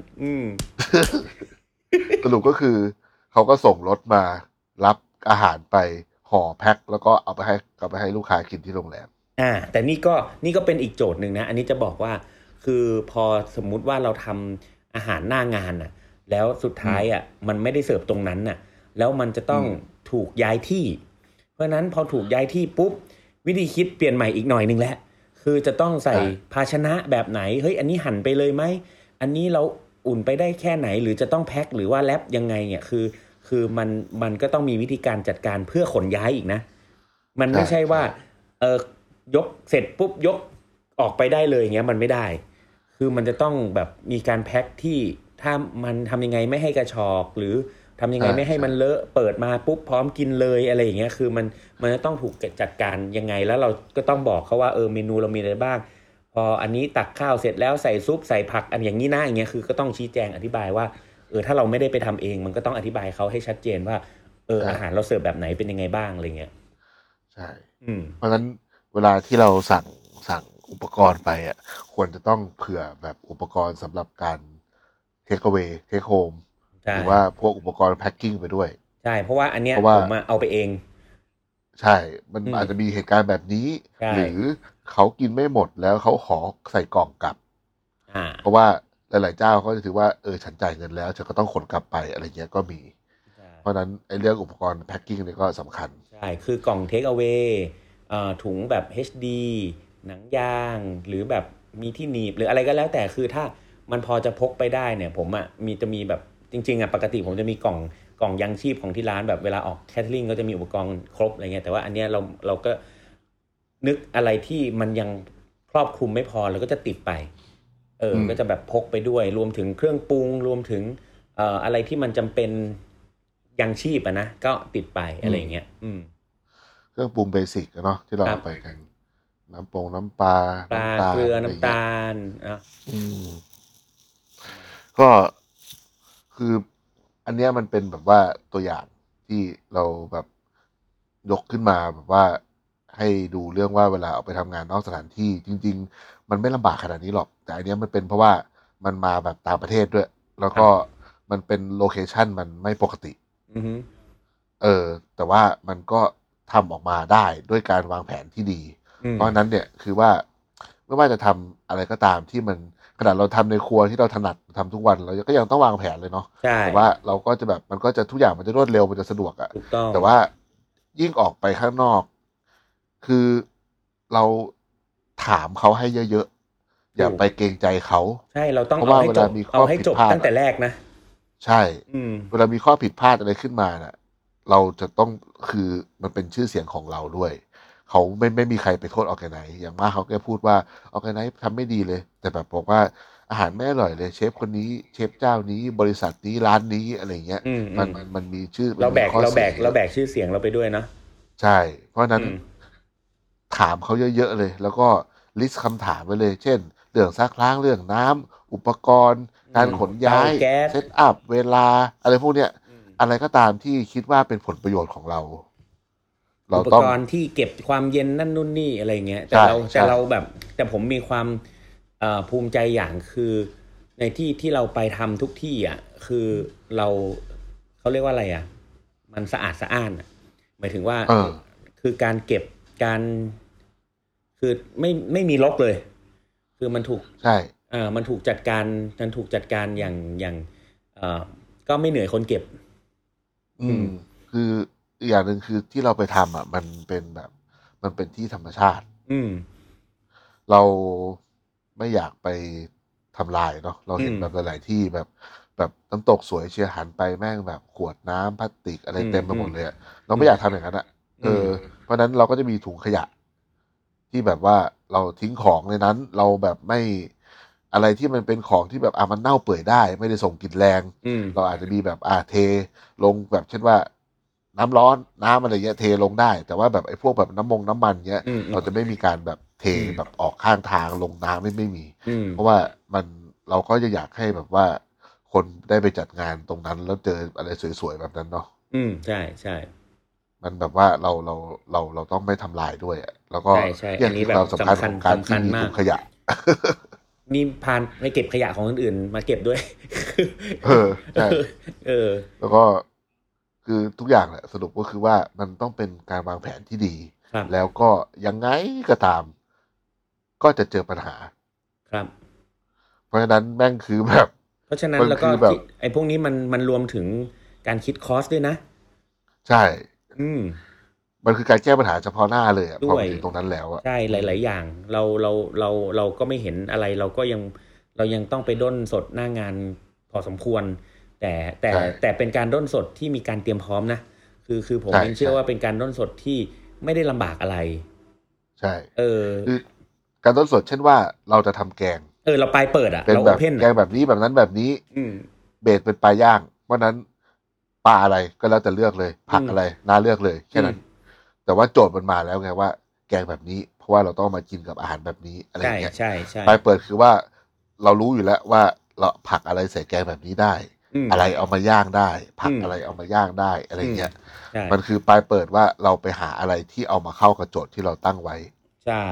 สรุปก็คือเขาก็ส่งรถมารับอาหารไปห่อแพ็คแล้วก็เอาไปให้ลูกค้ากินที่โรงแรมแต่นี่ก็เป็นอีกโจทย์หนึ่งนะอันนี้จะบอกว่าคือพอสมมุติว่าเราทำอาหารหน้างานน่ะแล้วสุดท้ายมันไม่ได้เสิร์ฟตรงนั้นน่ะแล้วมันจะต้องถูกย้ายที่เพราะนั้นพอถูกย้ายที่ปุ๊บวิธีคิดเปลี่ยนใหม่อีกหน่อยนึงแหละคือจะต้องใส่ภาชนะแบบไหนเฮ้ยอันนี้หั่นไปเลยไหมอันนี้เราอุ่นไปได้แค่ไหนหรือจะต้องแพ็คหรือว่าแรปยังไงเนี่ยคือมันก็ต้องมีวิธีการจัดการเพื่อขนย้ายอีกนะมันไม่ใช่ว่ายกเสร็จปุ๊บยกออกไปได้เลยอย่างเงี้ยมันไม่ได้คือมันจะต้องแบบมีการแพ็คที่ถ้ามันทำยังไงไม่ให้กระชอกหรือทำยังไงไม่ให้มันเลอะเปิดมาปุ๊บพร้อมกินเลยอะไรอย่างเงี้ยคือมันจะต้องถูกจัดการยังไงแล้วเราก็ต้องบอกเขาว่าเมนูเรามีอะไรบ้างพออันนี้ตักข้าวเสร็จแล้วใส่ซุปใส่ผักอันอย่างนี้นะอย่างเงี้ยคือก็ต้องชี้แจงอธิบายว่าถ้าเราไม่ได้ไปทำเองมันก็ต้องอธิบายเขาให้ชัดเจนว่าอาหารเราเสิร์ฟแบบไหนเป็นยังไงบ้างอะไรเงี้ยใช่เพราะฉะนั้นเวลาที่เราสั่งอุปกรณ์ไปควรจะต้องเผื่อแบบอุปกรณ์สำหรับการเทคเอาเวย์เทคโฮมหรือว่าพวกอุปกรณ์แพ็คกิ้งไปด้วยใช่เพราะว่าอันเนี้ยผมเอาไปเองใช่มันอาจจะมีเหตุการณ์แบบนี้หรือเขากินไม่หมดแล้วเขาขอใส่กล่องกลับเพราะว่าหลายๆเจ้าเขาจะถือว่าฉันจ่ายเงินแล้วฉันก็ต้องขนกลับไปอะไรเงี้ยก็มีเพราะนั้นไอ้เรื่องอุปกรณ์แพ็คกิ้งนี่ก็สำคัญใช่คือกล่องเทคเอาเวย์ถุงแบบ HD หนังยางหรือแบบมีที่หนีบหรืออะไรก็แล้วแต่คือถ้ามันพอจะพกไปได้เนี่ยผมอ่ะจะมีแบบจริงๆอ่ะปกติผมจะมีกล่องยังชีพของที่ร้านแบบเวลาออกแคทเทอริงก็จะมีอุปกรณ์ครบอะไรเงี้ยแต่ว่าอันเนี้ยเราก็นึกอะไรที่มันยังครอบคลุมไม่พอเราก็จะติดไปก็จะแบบพกไปด้วยรวมถึงเครื่องปรุงรวมถึงอะไรที่มันจำเป็นยังชีพอะนะก็ติดไปอะไรเงี้ยเครื่องปรุงเบสิกเนาะที่เราเอาไปกันน้ำปลาเกลือน้ำตาลก็คืออันเนี้ยมันเป็นแบบว่าตัวอย่างที่เราแบบยกขึ้นมาแบบว่าให้ดูเรื่องว่าเวลาออกไปทำงานนอกสถานที่จริงๆมันไม่ลำบากขนาดนี้หรอกแต่อันเนี้ยมันเป็นเพราะว่ามันมาแบบต่างประเทศด้วยแล้วก็มันเป็นโลเคชันมันไม่ปกติแต่ว่ามันก็ทำออกมาได้ด้วยการวางแผนที่ดีเพราะฉะนั้นเนี่ยคือว่าไม่ว่าจะทำอะไรก็ตามที่มันขนาดเราทำในครัวที่เราถนัดทำทุกวันเราก็ยังต้องวางแผนเลยเนาะแต่ว่าเราก็จะแบบมันก็จะทุกอย่างมันจะรวดเร็วมันจะสะดวกอะแต่ว่ายิ่งออกไปข้างนอกคือเราถามเขาให้เยอะๆอย่าไปเกรงใจเขาใช่เราต้องเอาให้จบตั้งแต่แรกนะใช่เวลามีข้อผิดพลาดอะไรขึ้นมาน่ะเราจะต้องคือมันเป็นชื่อเสียงของเราด้วยเขาไม่มีใครไปโทษออร์แกไนซ์อย่างมากเขาแค่พูดว่าออร์แกไนซ์ทำไม่ดีเลยแต่แบบบอกว่าอาหารไม่อร่อยเลยเชฟคนนี้เชฟเจ้านี้บริษัทนี้ร้านนี้อะไรเงี้ยมันมีชื่อเราแบกชื่อเสียงเราไปด้วยนะใช่เพราะนั้นถามเขาเยอะๆเลยแล้วก็ลิสต์คำถามไว้เลยเช่นเรื่องซักล้างเรื่องน้ำอุปกรณ์การขนย้ายเซตอัพเวลาอะไรพวกเนี้ยอะไรก็ตามที่คิดว่าเป็นผลประโยชน์ของเราอุปกรณ์ที่เก็บความเย็นนั่นนู่นนี่อะไรเงี้ยแต่เราแบบแต่ผมมีความภูมิใจอย่างคือในที่เราไปทำทุกที่อ่ะคือเขาเรียกว่าอะไรอ่ะมันสะอาดสะอ้านหมายถึงว่าคือการเก็บการคือไม่มีรกเลยคือมันถูกใช่มันถูกจัดการอย่างก็ไม่เหนื่อยคนเก็บคืออีกอย่างหนึ่งคือที่เราไปทำมันเป็นที่ธรรมชาติเราไม่อยากไปทำลายเนาะเราเห็นแบบหลายๆที่แบบน้ำตกสวยเชียร์หันไปแม่งแบบขวดน้ำพลาสติกอะไรเต็มไปหมดเลยเราไม่อยากทำอย่างนั้นเพราะนั้นเราก็จะมีถุงขยะที่แบบว่าเราทิ้งของในนั้นเราแบบไม่อะไรที่มันเป็นของที่แบบมันเน่าเปื่อยได้ไม่ได้ส่งกลิ่นแรงเราอาจจะมีแบบเทลงแบบเช่นว่าน้ำร้อนน้ำอะไรเงี้ยเทลงได้แต่ว่าแบบไอ้พวกแบบน้ำมันเงี้ยเราจะไม่มีการแบบเทแบบออกข้างทางลงน้ำไม่มีเพราะว่าเราก็จะอยากให้แบบว่าคนได้ไปจัดงานตรงนั้นแล้วเจออะไรสวยๆแบบนั้นเนาะใช่ใช่มันแบบว่าเราต้องไม่ทำลายด้วยแล้วก็อย่างนี้แบบสำคัญการที่มีถุงขยะนี่พานไม่เก็บขยะของคนอื่นมาเก็บด้วยใช่แล้วก็คือทุกอย่างแหละสรุปก็คือว่ามันต้องเป็นการวางแผนที่ดีแล้วก็ยังไงก็ตามก็จะเจอปัญหาครับเพราะฉะนั้นแม่งคือแบบเพราะฉะนั้นแล้วก็ไอ้พวกนี้มันรวมถึงการคิดคอสด้วยนะใช่มันคือการแก้ปัญหาเฉพาะหน้าเลยพอถึงตรงนั้นแล้วใช่หลายๆอย่างเราก็ไม่เห็นอะไรเรายังต้องไปด้นสดหน้างานพอสมควรแต่เป็นการด้นสดที่มีการเตรียมพร้อมนะคือผมเชื่อว่าเป็นการด้นสดที่ไม่ได้ลำบากอะไรใช่คือการด้นสดเช่นว่าเราจะทำแกงเราปลายเปิดเป็นแบบแกงแบบนี้แบบนั้นแบบนี้เบสเป็นปลาย่างเพราะนั้นปลาอะไรก็แล้วแต่เลือกเลยผักอะไรน่าเลือกเลยแค่นั้นแต่ว่าโจทย์มันมาแล้วไงว่าแกงแบบนี้เพราะว่าเราต้องมากินกับอาหารแบบนี้อะไรเงี้ยใช่ปลายเปิดคือว่าเรารู้อยู่แล้วว่าเราผักอะไรใส่แกงแบบนี้ได้อะไรเอามาย่างได้ผักอะไรเอามาย่างได้อะไรเงี้ยมันคือปลายเปิดว่าเราไปหาอะไรที่เอามาเข้ากับโจทย์ที่เราตั้งไว้ใช่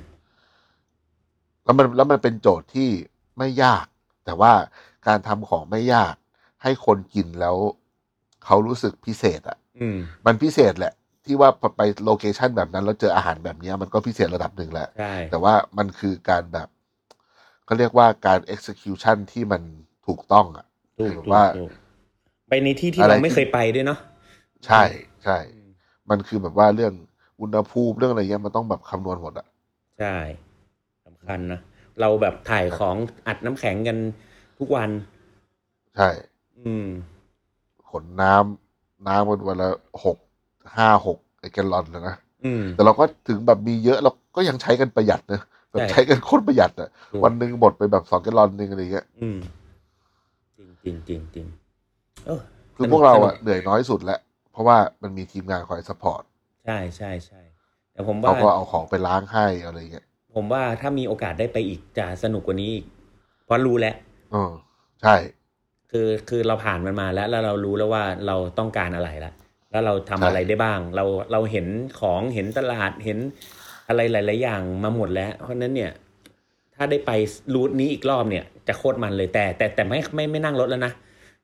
แล้วมันเป็นโจทย์ที่ไม่ยากแต่ว่าการทำของไม่ยากให้คนกินแล้วเขารู้สึกพิเศษมันพิเศษแหละที่ว่าไปโลเคชันแบบนั้นแล้วเจออาหารแบบนี้มันก็พิเศษระดับหนึ่งแหละแต่ว่ามันคือการแบบเขาเรียกว่าการ execution ที่มันถูกต้องถูกว่าไปในที่เราไม่เคยไปด้วยเนาะใช่ใช่มันคือแบบว่าเรื่องอุณหภูมิเรื่องอะไรเงี้ยมันต้องแบบคำนวณหมดใช่สำคัญนะเราแบบถ่ายของอัดน้ำแข็งกันทุกวันใช่ขนน้ำวันละ6 แกลลอนเลยนะแต่เราก็ถึงแบบมีเยอะเราก็ยังใช้กันประหยัดนะแบบใช้กันโคตรประหยัดอ่ะวันนึงหมดไปแบบ2 แกลลอนนึงอะไรเงี้ยจริงคือพวกเราอ่ะเหนื่อยน้อยสุดแล้วเพราะว่ามันมีทีมงานคอยซัพพอร์ตใช่แต่ผมว่าเขาก็เอาของไปล้างให้อะไรเงี้ยผมว่าถ้ามีโอกาสได้ไปอีกจะสนุกกว่านี้อีกเพราะรู้แล้วใช่คือเราผ่านมันมาแล้วเรารู้แล้วว่าเราต้องการอะไรแล้วเราทำอะไรได้บ้างเราเห็นของเห็นตลาดเห็นอะไรหลายๆอย่างมาหมดแล้วเพราะนั้นเนี่ยถ้าได้ไปรูทนี้อีกรอบเนี่ยจะโคตรมันเลยแต่ไม่นั่งรถแล้วนะ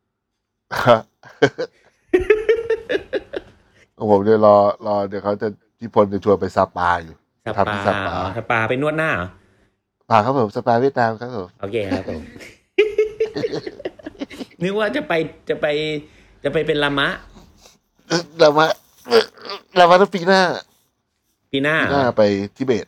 ผมเดี๋ยวรอเดี๋ยวเขาจะพี่พลจะชวนไปสปาอยู่สปาไปนวดหน้าเหรอปาครับผมสปาเวียดนามครับผมโอเคครับผมนึกว่าจะไปเป็นลามะต้องปีหน้าไปทิเบต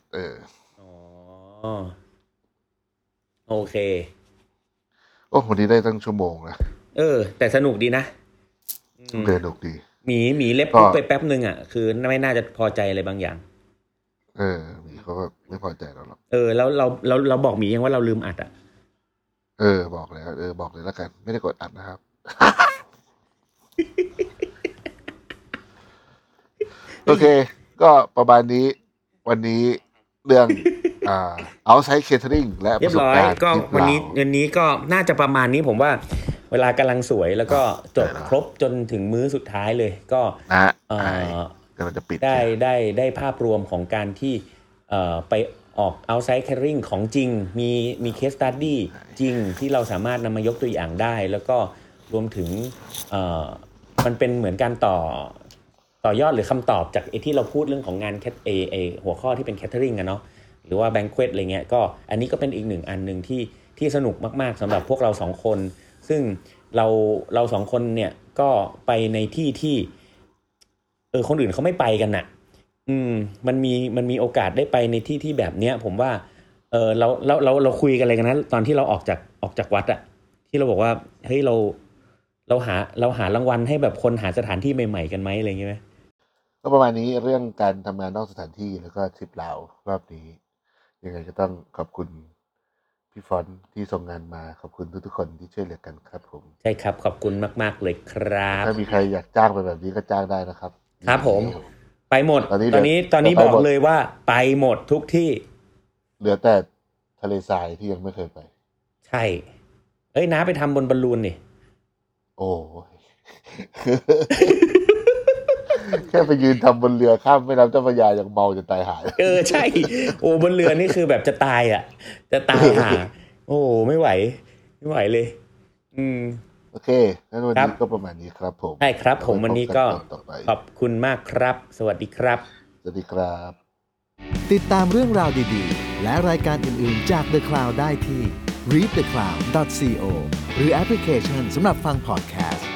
โอเคโอ้วันนี้ได้ตั้งชั่วโมงนะแต่สนุกดีนะสนุกดีหมีเล็บปุ๊บไปแป๊บนึงอ่ะคือไม่น่าจะพอใจอะไรบางอย่างหมีเขาก็ไม่พอใจเราหรอกแล้วเราบอกหมียังว่าเราลืมอัดอ่ะบอกแล้วบอกเลยแล้วกันไม่ได้กดอัดนะครับ โอเคก็ประมาณนี้วันนี้เรื่องoutside catering และประสบการณ์ก็วันนี้ก็น่าจะประมาณนี้ผมว่าเวลากำลังสวยแล้วก็จบครบจนถึงมื้อสุดท้ายเลยก็กำลังจะปิดได้ภาพรวมของการที่ไปออก outside catering ของจริงมี case study จริงที่เราสามารถนำมายกตัวอย่างได้แล้วก็รวมถึงมันเป็นเหมือนการต่อยอดหรือคำตอบจากที่เราพูดเรื่องของงานหัวข้อที่เป็น catering อะเนาะหรือว่า banquet อะไรเงี้ยก็อันนี้ก็เป็นอีกหนึ่งอันนึงที่สนุกมากๆสำหรับพวกเรา2คนซึ่งเรา2คนเนี่ยก็ไปในที่คนอื่นเขาไม่ไปกันน่ะมันมีโอกาสได้ไปในที่แบบเนี้ยผมว่าเราคุยกันอะไรกันนะตอนที่เราออกจากวัดอะที่เราบอกว่าเฮ้ยเราหารางวัลให้แบบคนหาสถานที่ใหม่ๆกันไหมอะไรอย่างเงี้ยก็ประมาณนี้เรื่องการทำงานนอกสถานที่แล้วก็ทริปลาวรอบนี้ยังไงก็ต้องขอบคุณพี่ฟอนที่ส่งงานมาขอบคุณทุกๆคนที่ช่วยเหลือกันครับผมใช่ครับขอบคุณมากๆเลยครับถ้ามีใครอยากจ้างไปแบบนี้ก็จ้างได้นะครับครับผมไปหมดตอนนี้บอกเลยว่าไปหมดทุกที่เหลือแต่ทะเลทรายที่ยังไม่เคยไปใช่น้าไปทำบนบอลลูนนี่โอ้แค่ไปยืนทำบนเรือข้ามแม่น้ำเจ้าพระยายังเมาจนตายหายใช่โอ้บนเรือนี่คือแบบจะตายอ่ะจะตายห่าโอ้ไม่ไหวเลยโอเคงั้นวันนี้ก็ประมาณนี้ครับผมใช่ครับผมวันนี้ก็ขอบคุณมากครับสวัสดีครับสวัสดีครับติดตามเรื่องราวดีๆและรายการอื่นๆจาก The Cloud ได้ที่ readthecloud.co หรือแอปพลิเคชันสำหรับฟังพอดแคสต์